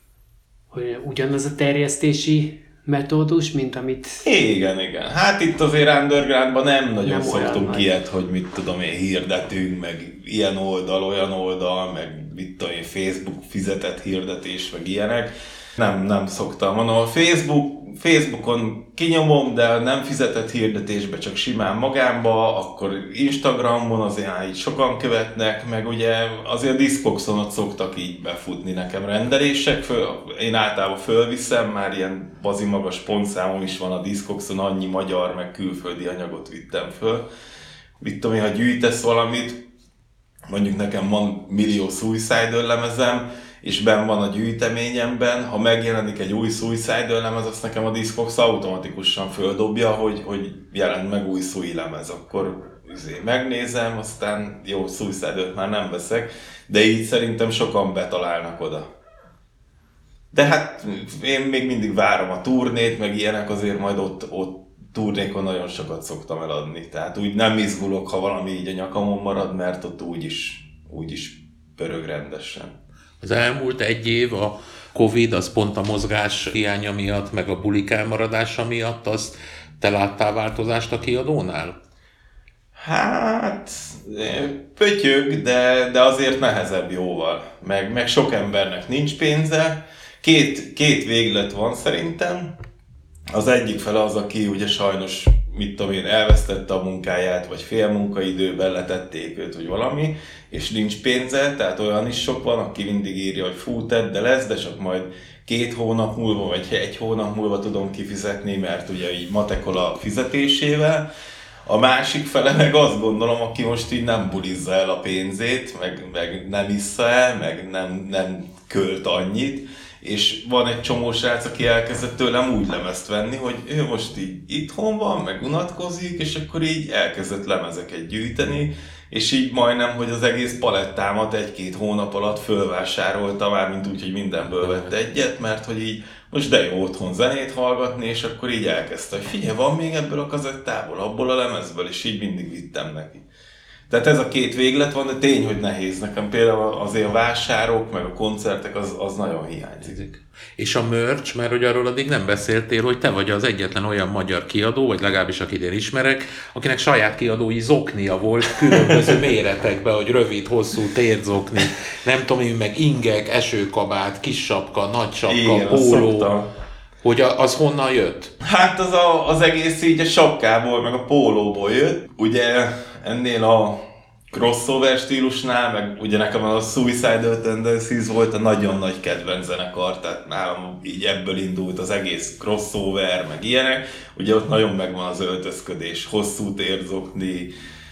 hogy ugyanaz a terjesztési metódus, mint amit... Igen, igen. Hát itt azért undergroundban nem nagyon nem szoktunk ilyet, hogy mit tudom én, hirdetünk, meg ilyen oldal, olyan oldal, meg mit tudom én, Facebook fizetett hirdetés, meg ilyenek. Nem, nem szoktam. Mondom, a Facebook, Facebookon kinyomom, de nem fizetett hirdetésbe, csak simán magámba, akkor Instagramon azért így sokan követnek, meg ugye azért a Discogson ott szoktak így befutni nekem rendelések, föl, én általában fölviszem, már ilyen bazi magas pontszámom is van a Discogson, annyi magyar, meg külföldi anyagot vittem föl. Mit tudom én, ha gyűjtesz valamit, mondjuk nekem van millió Suicidal lemezem, és benn van a gyűjteményemben, ha megjelenik egy új Suicidal lemez, azt nekem a Discogs automatikusan földobja, hogy, hogy jelent meg új Sui lemez, akkor izé, megnézem, aztán jó, Suicide-ot már nem veszek, de így szerintem sokan betalálnak oda. De hát én még mindig várom a turnét, meg ilyenek, azért majd ott, ott turnékon nagyon sokat szoktam eladni. Tehát úgy nem izgulok, ha valami így a nyakamon marad, mert ott úgyis, úgyis pörög rendesen. Az elmúlt egy év a Covid, az pont a mozgás hiánya miatt, meg a bulik elmaradása miatt, azt te láttál változást a kiadónál? Hát, pötyög, de, de azért nehezebb jóval. Meg, meg sok embernek nincs pénze. Két, két véglet van szerintem. Az egyik fele az, aki ugye sajnos, mit tudom én, elvesztette a munkáját, vagy fél munkaidőben letették őt, vagy valami, és nincs pénze, tehát olyan is sok van, aki mindig írja, hogy fú, tedd, de lesz, de csak majd két hónap múlva, vagy egy hónap múlva tudom kifizetni, mert ugye így matekol a fizetésével. A másik fele meg azt gondolom, aki most így nem bulizza el a pénzét, meg, meg nem issza el, meg nem, nem költ annyit, és van egy csomó srác, aki elkezdett tőlem úgy lemezt venni, hogy ő most így itthon van, meg unatkozik, és akkor így elkezdett lemezeket gyűjteni, és így majdnem, hogy az egész palettámat egy-két hónap alatt fölvásárolta, már mint úgy, hogy mindenből vett egyet, mert hogy így most de jó otthon zenét hallgatni, és akkor így elkezdte, hogy figyelj, van még ebből a kazettából, abból a lemezből, és így mindig vittem neki. Tehát ez a két véglet van, de tény, hogy nehéz. Nekem például azért a vásárok, meg a koncertek, az, az nagyon hiányzik. És a merch, mert hogy arról addig nem beszéltél, hogy te vagy az egyetlen olyan magyar kiadó, vagy legalábbis akit én ismerek, akinek saját kiadói zoknia volt különböző méretekben, hogy rövid, hosszú térzokni, nem tudom én, meg ingek, esőkabát, kis sapka, nagy sapka, igen, póló. Hogy az honnan jött? Hát az, a, az egész így a sapkából, meg a pólóból jött. Ugye ennél a crossover stílusnál, meg ugye nekem a Suicidal Tendencies volt a nagyon nagy kedvenc zenekar, tehát nálam így ebből indult az egész crossover, meg ilyenek. Ugye ott nagyon megvan az öltözködés, hosszú térzokni,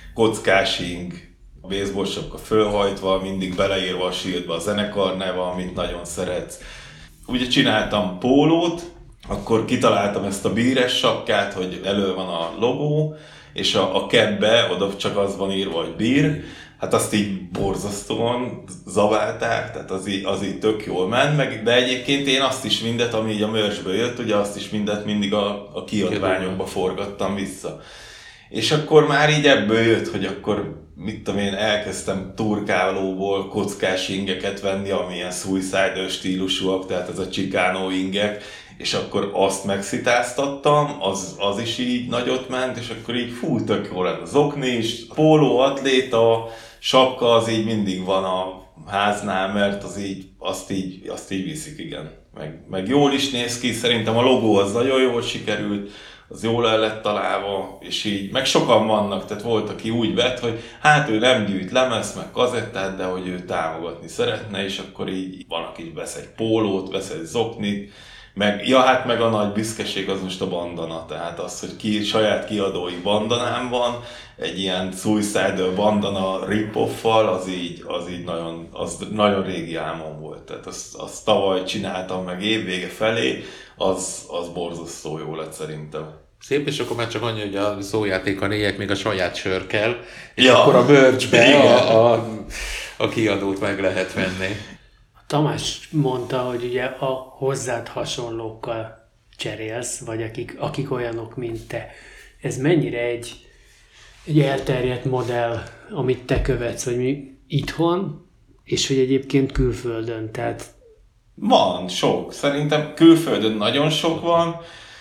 kockásing, a baseball sapka fölhajtva, mindig beleírva a shieldbe a zenekar neve, amit nagyon szeretsz. Ugye csináltam pólót, akkor kitaláltam ezt a bíres sapkát, hogy elő van a logó, és a, a capbe oda csak az van írva, hogy bír. Hát azt így borzasztóan zaválták, tehát az így, az így tök jól ment, meg, de egyébként én azt is mindet, ami így a merchből jött, ugye azt is mindet mindig a, a kiadványokba forgattam vissza. És akkor már így ebből jött, hogy akkor mit tudom én, elkezdtem turkálóból kockás ingeket venni, amilyen Suicidal stílusúak, tehát ez a Chicano ingek, és akkor azt megszitáztattam, az, az is így nagyot ment, és akkor így fú, tök jó lett az okni is. Póló, atléta, sapka az így mindig van a háznál, mert az így, azt így, azt így viszik, igen. Meg, meg jól is néz ki, szerintem a logó az nagyon jól sikerült, az jól el lett találva, és így, meg sokan vannak, tehát volt, aki úgy vett, hogy hát ő nem gyűjt lemez, meg kazettát, de hogy ő támogatni szeretne, és akkor így van, aki vesz egy pólót, vesz egy zoknit, meg, ja hát meg a nagy büszkeség az most a bandana, tehát az, hogy ki, saját kiadói bandanám van, egy ilyen Suicidal bandana rip-off-val, az így, az így nagyon, az nagyon régi álmom volt, tehát azt, azt tavaly csináltam meg évvége felé, az, az borzasztó jó lett szerintem. Szép, és akkor már csak annyi, hogy a szójáték a négyek még a saját sör kell, és ja. akkor a merchbe a, a, a kiadót meg lehet venni. Tamás mondta, hogy ugye a hozzád hasonlókkal cserélsz, vagy akik, akik olyanok, mint te. Ez mennyire egy, egy elterjedt modell, amit te követsz, vagy mi itthon, és hogy egyébként külföldön, tehát... Van, sok. Szerintem külföldön nagyon sok van.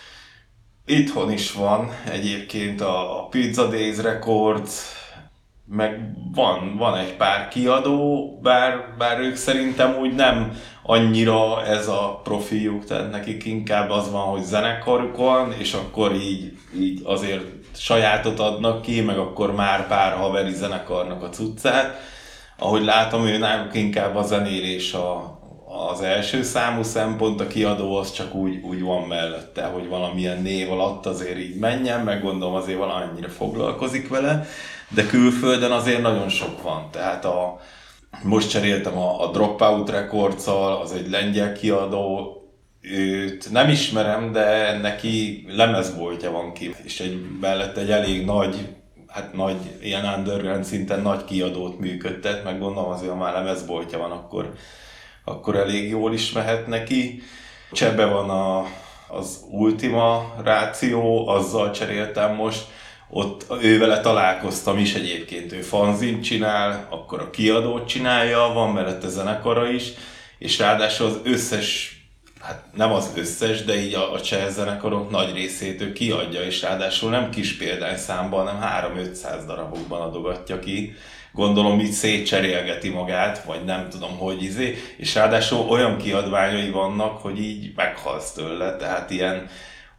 Itthon is van egyébként a, a Pizza Days Records, meg van, van egy pár kiadó, bár, bár ők szerintem úgy nem annyira ez a profiljuk, tehát nekik inkább az van, hogy zenekaruk van, és akkor így, így azért sajátot adnak ki, meg akkor már pár haveri zenekarnak a cuccát. Ahogy látom, ő náluk inkább a zenélés a, az első számú szempont, a kiadó az csak úgy, úgy van mellette, hogy valamilyen név alatt azért így menjen, meg gondolom azért valannyira foglalkozik vele, de külföldön azért nagyon sok van, tehát a, most cseréltem a, a Dropout Records-al, az egy lengyel kiadó, őt nem ismerem, de neki lemezboltja van ki, és egy, mellett egy elég nagy hát nagy, ilyen underground szinten nagy kiadót működtet, meg gondolom azért, ha már lemezboltja van, akkor, akkor elég jól is mehet neki. Csebbe van a, az Ultima Ratio, azzal cseréltem most, ott ővele találkoztam is egyébként, ő fanzint csinál, akkor a kiadót csinálja, van mellette zenekara is, és ráadásul az összes, hát nem az összes, de így a, a cseh zenekarok nagy részét ő kiadja, és ráadásul nem kis példányszámban, hanem három-ötszáz darabokban adogatja ki. Gondolom így szétcserélgeti magát, vagy nem tudom, hogy izé, és ráadásul olyan kiadványai vannak, hogy így meghalsz tőle, tehát ilyen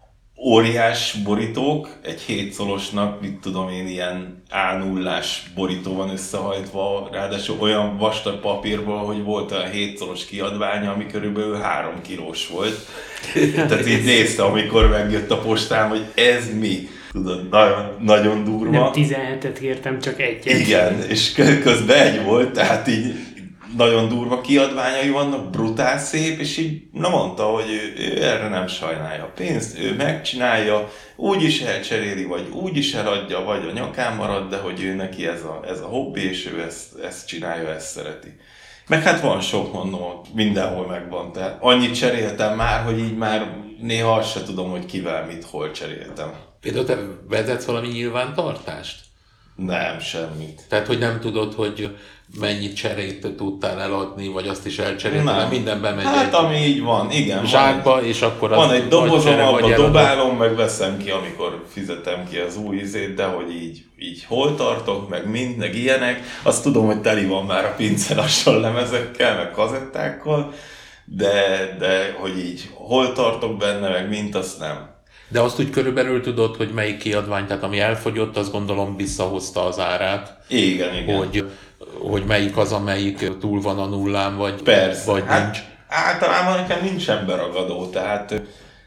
óriás borítók, egy hétszolosnak, mit tudom én, ilyen á nullás borító van összehajtva, ráadásul olyan vastag papírból, hogy volt olyan hétszolos kiadványa, ami körülbelül három kilós volt. Tehát így nézte, amikor megjött a postán, hogy ez mi. Tudod, nagyon, nagyon durva. Nem tizenhetet kértem, csak egyet. Igen, és közben egy volt, tehát így nagyon durva kiadványai vannak, brutál szép, és így na mondta, hogy ő, ő erre nem sajnálja a pénzt, ő megcsinálja, úgy is elcseréli, vagy úgy is eladja, vagy a nyakán marad, de hogy ő neki ez a, ez a hobbi, és ő ezt, ezt csinálja, ezt szereti. Meg hát van sok, mondom, mindenhol megvan, tehát annyit cseréltem már, hogy így már néha azt se tudom, hogy kivel mit, hol cseréltem. Például te vezetsz valami nyilvántartást? Nem, semmit. Tehát, hogy nem tudod, hogy mennyit cserét tudtál eladni, vagy azt is elcserélted, hanem minden bemegy hát, egy ami így van, igen. zsákba, van egy, és akkor van egy dobozom, abba dobálom, meg veszem ki, amikor fizetem ki az új izét, de hogy így, így hol tartok, meg mind, meg ilyenek. Azt tudom, hogy teli van már a pince lassan lemezekkel, meg kazettákkal, de, de hogy így hol tartok benne, meg mint, azt nem. De azt úgy körülbelül tudod, hogy melyik kiadvány, tehát ami elfogyott, azt gondolom visszahozta az árát. Igen, igen. Hogy, hogy melyik az, amelyik túl van a nullán, vagy, Persze. vagy hát, nincs. Általában nekem nincsen beragadó, tehát...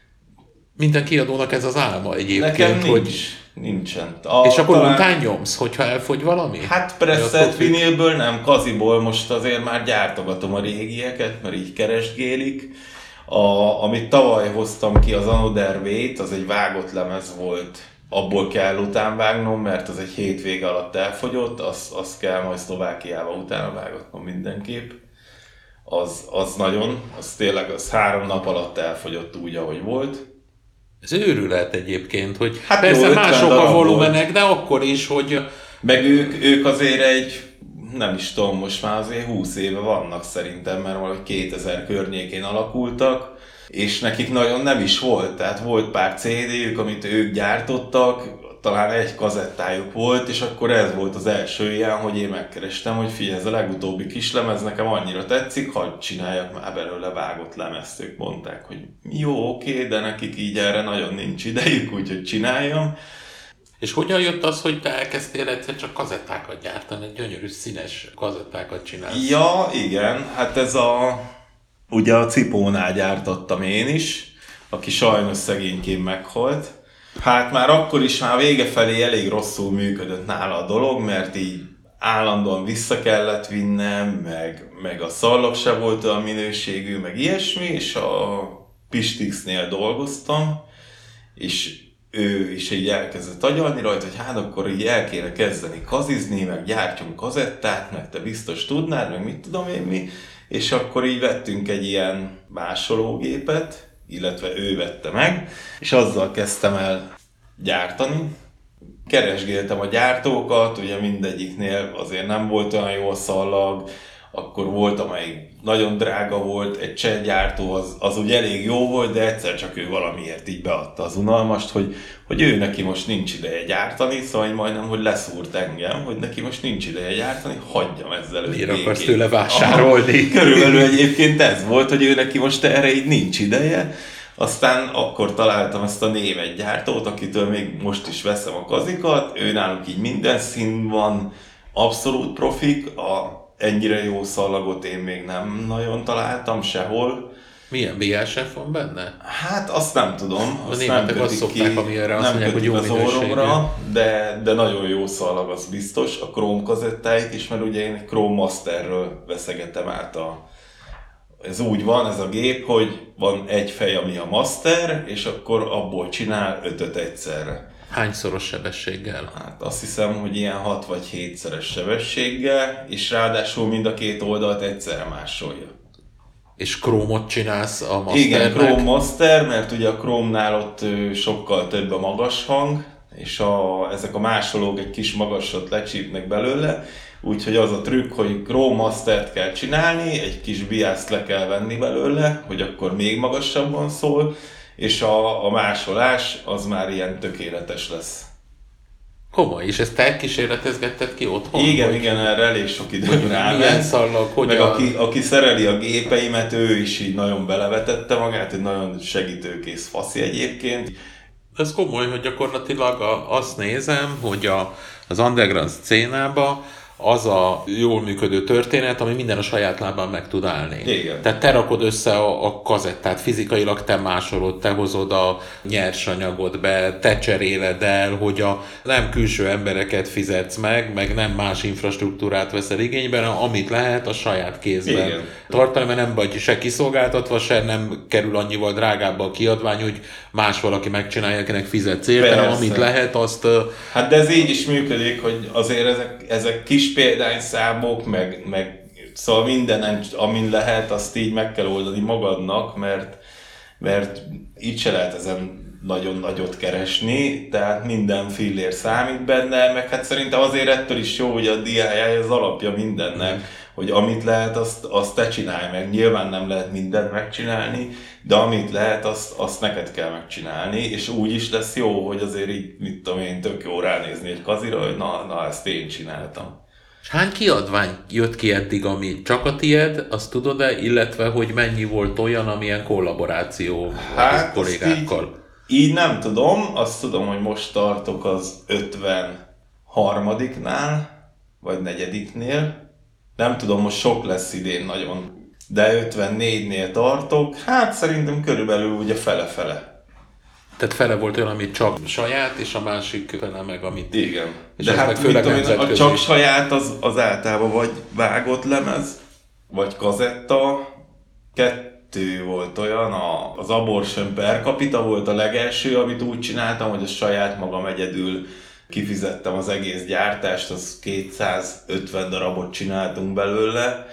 Minden kiadónak ez az álma egyébként, nekem nincs, hogy... nincsen. A, és akkor talán... után nyomsz, hogyha elfogy valami? Hát presszett vinilből nem, kaziból most azért már gyártogatom a régieket, mert így keresgélik. A, amit tavaly hoztam ki, az Another Way-t, az egy vágott lemez volt, abból kell után vágnom, mert az egy hétvége alatt elfogyott, azt az kell majd Szlovákiába utána vágatnom mindenképp. Az, az nagyon, az tényleg az három nap alatt elfogyott úgy, ahogy volt. Ez őrület egyébként, hogy hát persze jó, mások a volumenek, de akkor is, hogy... Meg ők, ők azért egy, nem is tudom, most már azért húsz éve vannak szerintem, mert valahogy kétezer környékén alakultak, és nekik nagyon nem is volt, tehát volt pár cé dé-jük, amit ők gyártottak, talán egy kazettájuk volt, és akkor ez volt az első ilyen, hogy én megkerestem, hogy figyelj, ez a legutóbbi kislemez nekem annyira tetszik, hadd csináljak már belőle vágott lemezt. Ők mondták, hogy jó, oké, de nekik így erre nagyon nincs idejük, úgyhogy csináljam. És hogyan jött az, hogy te elkezdtél egyszer csak kazettákat gyártani, gyönyörű színes kazettákat csinálsz? Ja, igen, hát ez a... Ugye a Cipónál gyártottam én is, aki sajnos szegényként meghalt. Hát már akkor is már vége felé elég rosszul működött nála a dolog, mert így állandóan vissza kellett vinnem, meg, meg a szallag se volt olyan minőségű, meg ilyesmi, és a Pistixnél dolgoztam, és ő is így elkezdett agyalni rajta, hogy hát akkor így el kéne kezdeni kazizni, meg gyártjunk kazettát, meg te biztos tudnád, meg mit tudom én mi, és akkor így vettünk egy ilyen másológépet, illetve ő vette meg, és azzal kezdtem el gyártani. Keresgéltem a gyártókat, ugye mindegyiknél azért nem volt olyan jó a szallag, akkor volt, amelyik nagyon drága volt, egy cseh gyártó az, az ugye elég jó volt, de egyszer csak ő valamiért így beadta az unalmast, hogy, hogy ő neki most nincs ideje gyártani, szóval majdnem, hogy leszúrt engem, hogy neki most nincs ideje gyártani, hagyjam ezzel őt. Miért akarsz tőle vásárolni? Aha, körülbelül egyébként ez volt, hogy ő neki most erre így nincs ideje. Aztán akkor találtam ezt a német gyártót, akitől még most is veszem a kazikat, ő náluk így minden szín van, abszolút profik, a ennyire jó szallagot én még nem nagyon találtam sehol. Milyen bé es ef van benne? Hát azt nem tudom. A németek azt szokták, ami erre azt mondják, hogy jó minőségű. De, de nagyon jó szallag, az biztos. A Chrome kazettáit is, mert ugye én egy Chrome Masterről veszegetem át a Ez úgy van, ez a gép, hogy van egy fej, ami a master, és akkor abból csinál ötöt egyszerre. Hányszoros sebességgel? Hát azt hiszem, hogy ilyen hat vagy hétszeres sebességgel, és ráadásul mind a két oldalt egyszerre másolja. És Chrome-ot csinálsz a masternek? Igen, Chrome Master, mert ugye a Chrome-nál ott sokkal több a magas hang, és a, ezek a másolók egy kis magasat lecsípnek belőle, úgyhogy az a trükk, hogy Chrome Mastert kell csinálni, egy kis biaszt le kell venni belőle, hogy akkor még magasabban szól, és a, a másolás az már ilyen tökéletes lesz. Komoly, és ezt te kísérletezgetted ki otthon? Igen, hogy... igen, erre elég sok időm ráment. Milyen szallag, hogy Meg a... aki, aki szereli a gépeimet, ő is így nagyon belevetette magát, egy nagyon segítőkész faszi egyébként. Ez komoly, hogy gyakorlatilag a, azt nézem, hogy a, az underground szcénába az a jól működő történet, ami minden a saját lábán meg tud állni. Igen. Tehát te rakod össze a, a kazettát, fizikailag te másolod, te hozod a nyersanyagot be, te cseréled el, hogy a nem külső embereket fizetsz meg, meg nem más infrastruktúrát veszel igénybe, hanem amit lehet, a saját kézben Igen. tartani, mert nem vagy se kiszolgáltatva, se nem kerül annyival drágább a kiadvány, hogy más valaki megcsinálja, akinek fizetsz érte, hanem amit lehet, azt... Hát de ez így is működik, hogy azért ezek, ezek kis példányszámok, meg, meg szóval mindenen, amin lehet, azt így meg kell oldani magadnak, mert, mert így se lehet ezen nagyon nagyot keresni, tehát minden fillér számít benne, meg hát szerintem azért ettől is jó, hogy a dé i i az alapja mindennek, hogy amit lehet, azt, azt te csinálj meg. Nyilván nem lehet mindent megcsinálni, de amit lehet, azt, azt neked kell megcsinálni, és úgy is lesz jó, hogy azért így, mit tudom én, tök jó ránézni egy kazira, hogy na, na ezt én csináltam. Hány kiadvány jött ki eddig, ami csak a tied, azt tudod-e, illetve hogy mennyi volt olyan, amilyen kollaboráció hát, kollégákkal? Így, így nem tudom, azt tudom, hogy most tartok az ötvenharmadiknál, vagy negyediknél. Nem tudom, most sok lesz idén nagyon, de ötvennégynél tartok, hát szerintem körülbelül ugye fele-fele. Tehát fele volt olyan, amit csak saját, és a másik fele meg, amit... Igen. És de hát főleg tudom, a csak is. saját az, az általában vagy vágott lemez, vagy kazetta. Kettő volt olyan, a, az Abortion per capita volt a legelső, amit úgy csináltam, hogy a saját magam egyedül kifizettem az egész gyártást, az kétszázötven darabot csináltunk belőle,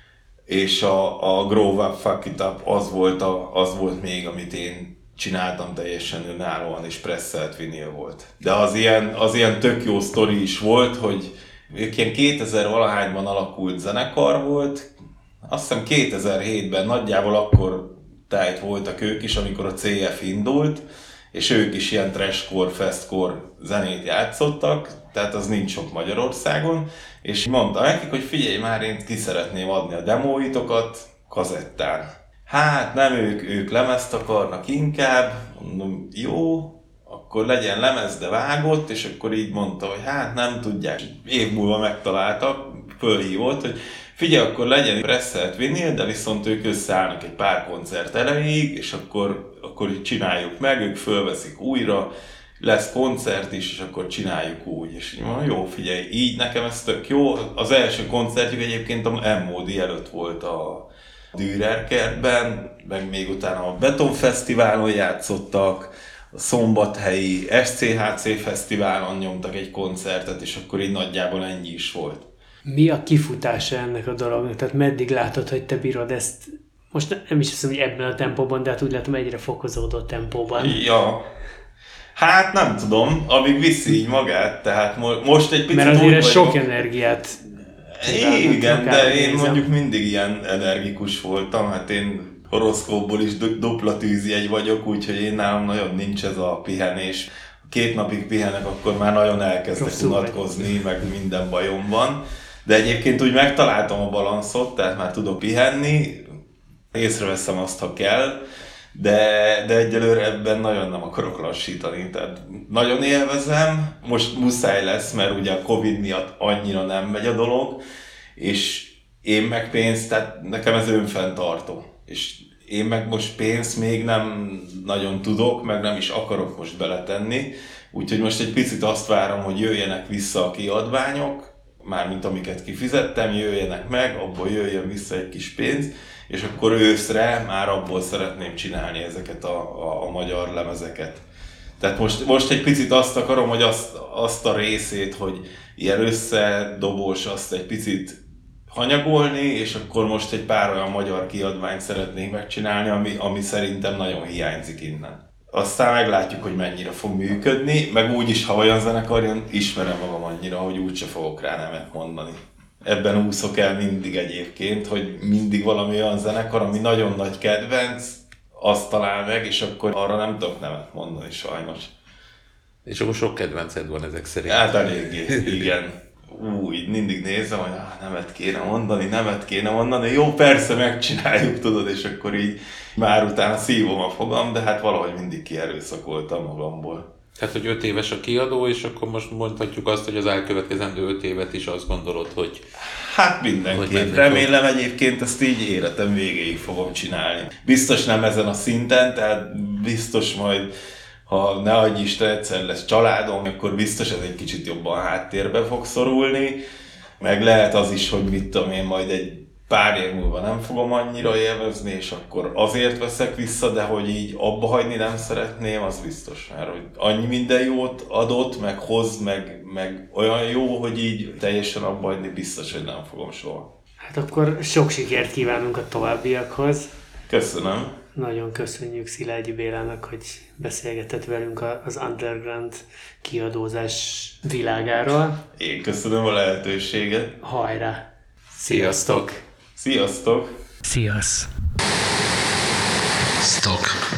és a, a Grow Up Fuck It Up az volt, a, az volt még, amit én csináltam teljesen önállóan, és presszelt vinil volt. De az ilyen, az ilyen tök jó sztori is volt, hogy ők ilyen kétezer valahányban alakult zenekar volt, azt hiszem kétezer-hétben nagyjából akkor tájt voltak ők is, amikor a cé ef indult, és ők is ilyen trashcore, festcore zenét játszottak, tehát az nincs sok Magyarországon, és mondta nekik, hogy figyelj már, én ki szeretném adni a demóitokat kazettán. Hát nem, ők, ők lemezt akarnak inkább, mondom, jó, akkor legyen lemez, de vágott, és akkor így mondta, hogy hát nem tudják. Év múlva megtaláltak, fölhívott, hogy figyelj, akkor legyen presszelt vinil, de viszont ők összeállnak egy pár koncert elejéig, és akkor, akkor így csináljuk meg, ők fölveszik újra, lesz koncert is, és akkor csináljuk úgy. És így mondom, jó, figyelj, így nekem ez tök jó. Az első koncertjük egyébként a M-Modi előtt volt a Dürer kertben, meg még utána a Beton Fesztiválon játszottak, a szombathelyi es cé há cé Fesztiválon nyomtak egy koncertet, és akkor így nagyjából ennyi is volt. Mi a kifutása ennek a dolognak? Tehát meddig látod, hogy te bírod ezt? Most nem is hiszem, hogy ebben a tempóban, de hát úgy látom egyre fokozódó tempóban. Ja. Hát nem tudom, amíg viszi így magát, tehát mo- most egy picit. Mert azért ez vagyok. sok energiát. Igen, de én nézem. Mondjuk mindig ilyen energikus voltam, hát én horoszkópból is du- dupla tűzjegy vagyok, úgyhogy én nálam nagyon nincs ez a pihenés. Két napig pihenek, akkor már nagyon elkezdek unatkozni, meg minden bajom van. De egyébként úgy megtaláltam a balanszot, tehát már tudok pihenni, észreveszem azt, ha kell, de, de egyelőre ebben nagyon nem akarok lassítani, tehát nagyon élvezem. Most muszáj lesz, mert ugye a Covid miatt annyira nem megy a dolog, és én meg pénzt, tehát nekem ez önfenntartó. És én meg most pénzt még nem nagyon tudok, meg nem is akarok most beletenni, úgyhogy most egy picit azt várom, hogy jöjjenek vissza a kiadványok, mármint amiket kifizettem, jöjjenek meg, abból jöjjön vissza egy kis pénz, és akkor őszre már abból szeretném csinálni ezeket a, a, a magyar lemezeket. Tehát most, most egy picit azt akarom, hogy azt, azt a részét, hogy ilyen összedobós, azt egy picit hanyagolni, és akkor most egy pár olyan magyar kiadványt szeretnék megcsinálni, ami, ami szerintem nagyon hiányzik innen. Aztán meglátjuk, hogy mennyire fog működni, meg úgyis, ha olyan zenekar jön, ismerem magam annyira, hogy úgyse fogok rá nemet mondani. Ebben úszok el mindig egyébként, hogy mindig valami olyan zenekar, ami nagyon nagy kedvenc, azt talál meg, és akkor arra nem tudok nemet mondani sajnos. És akkor sok kedvenced van ezek szerint. Hát eléggé, igen. Úgy mindig nézem, hogy ah, nemet kéne mondani, nemet kéne mondani, jó, persze megcsináljuk, tudod, és akkor így már utána szívom a fogam, de hát valahogy mindig kierőszakoltam magamból. Tehát, hogy öt éves a kiadó, és akkor most mondhatjuk azt, hogy az elkövetkezendő öt évet is azt gondolod, hogy... Hát mindenképp. Remélem fog. Egyébként ezt így életem végéig fogom csinálni. Biztos nem ezen a szinten, tehát biztos majd, ha ne adj Isten egyszer lesz családom, akkor biztos ez egy kicsit jobban háttérbe fog szorulni. Meg lehet az is, hogy mit tudom én, majd egy pár év múlva nem fogom annyira élvezni, és akkor azért veszek vissza, de hogy így abba hagyni nem szeretném, az biztos. Mert hogy annyi minden jót adott, meg hoz, meg, meg olyan jó, hogy így teljesen abba hagyni biztos, hogy nem fogom soha. Hát akkor sok sikert kívánunk a továbbiakhoz. Köszönöm. Nagyon köszönjük Szilágyi Bélának, hogy beszélgetett velünk az underground kiadózás világáról. Én köszönöm a lehetőséget. Hajrá! Sziasztok! Sziasztok! Sziasz! Stock.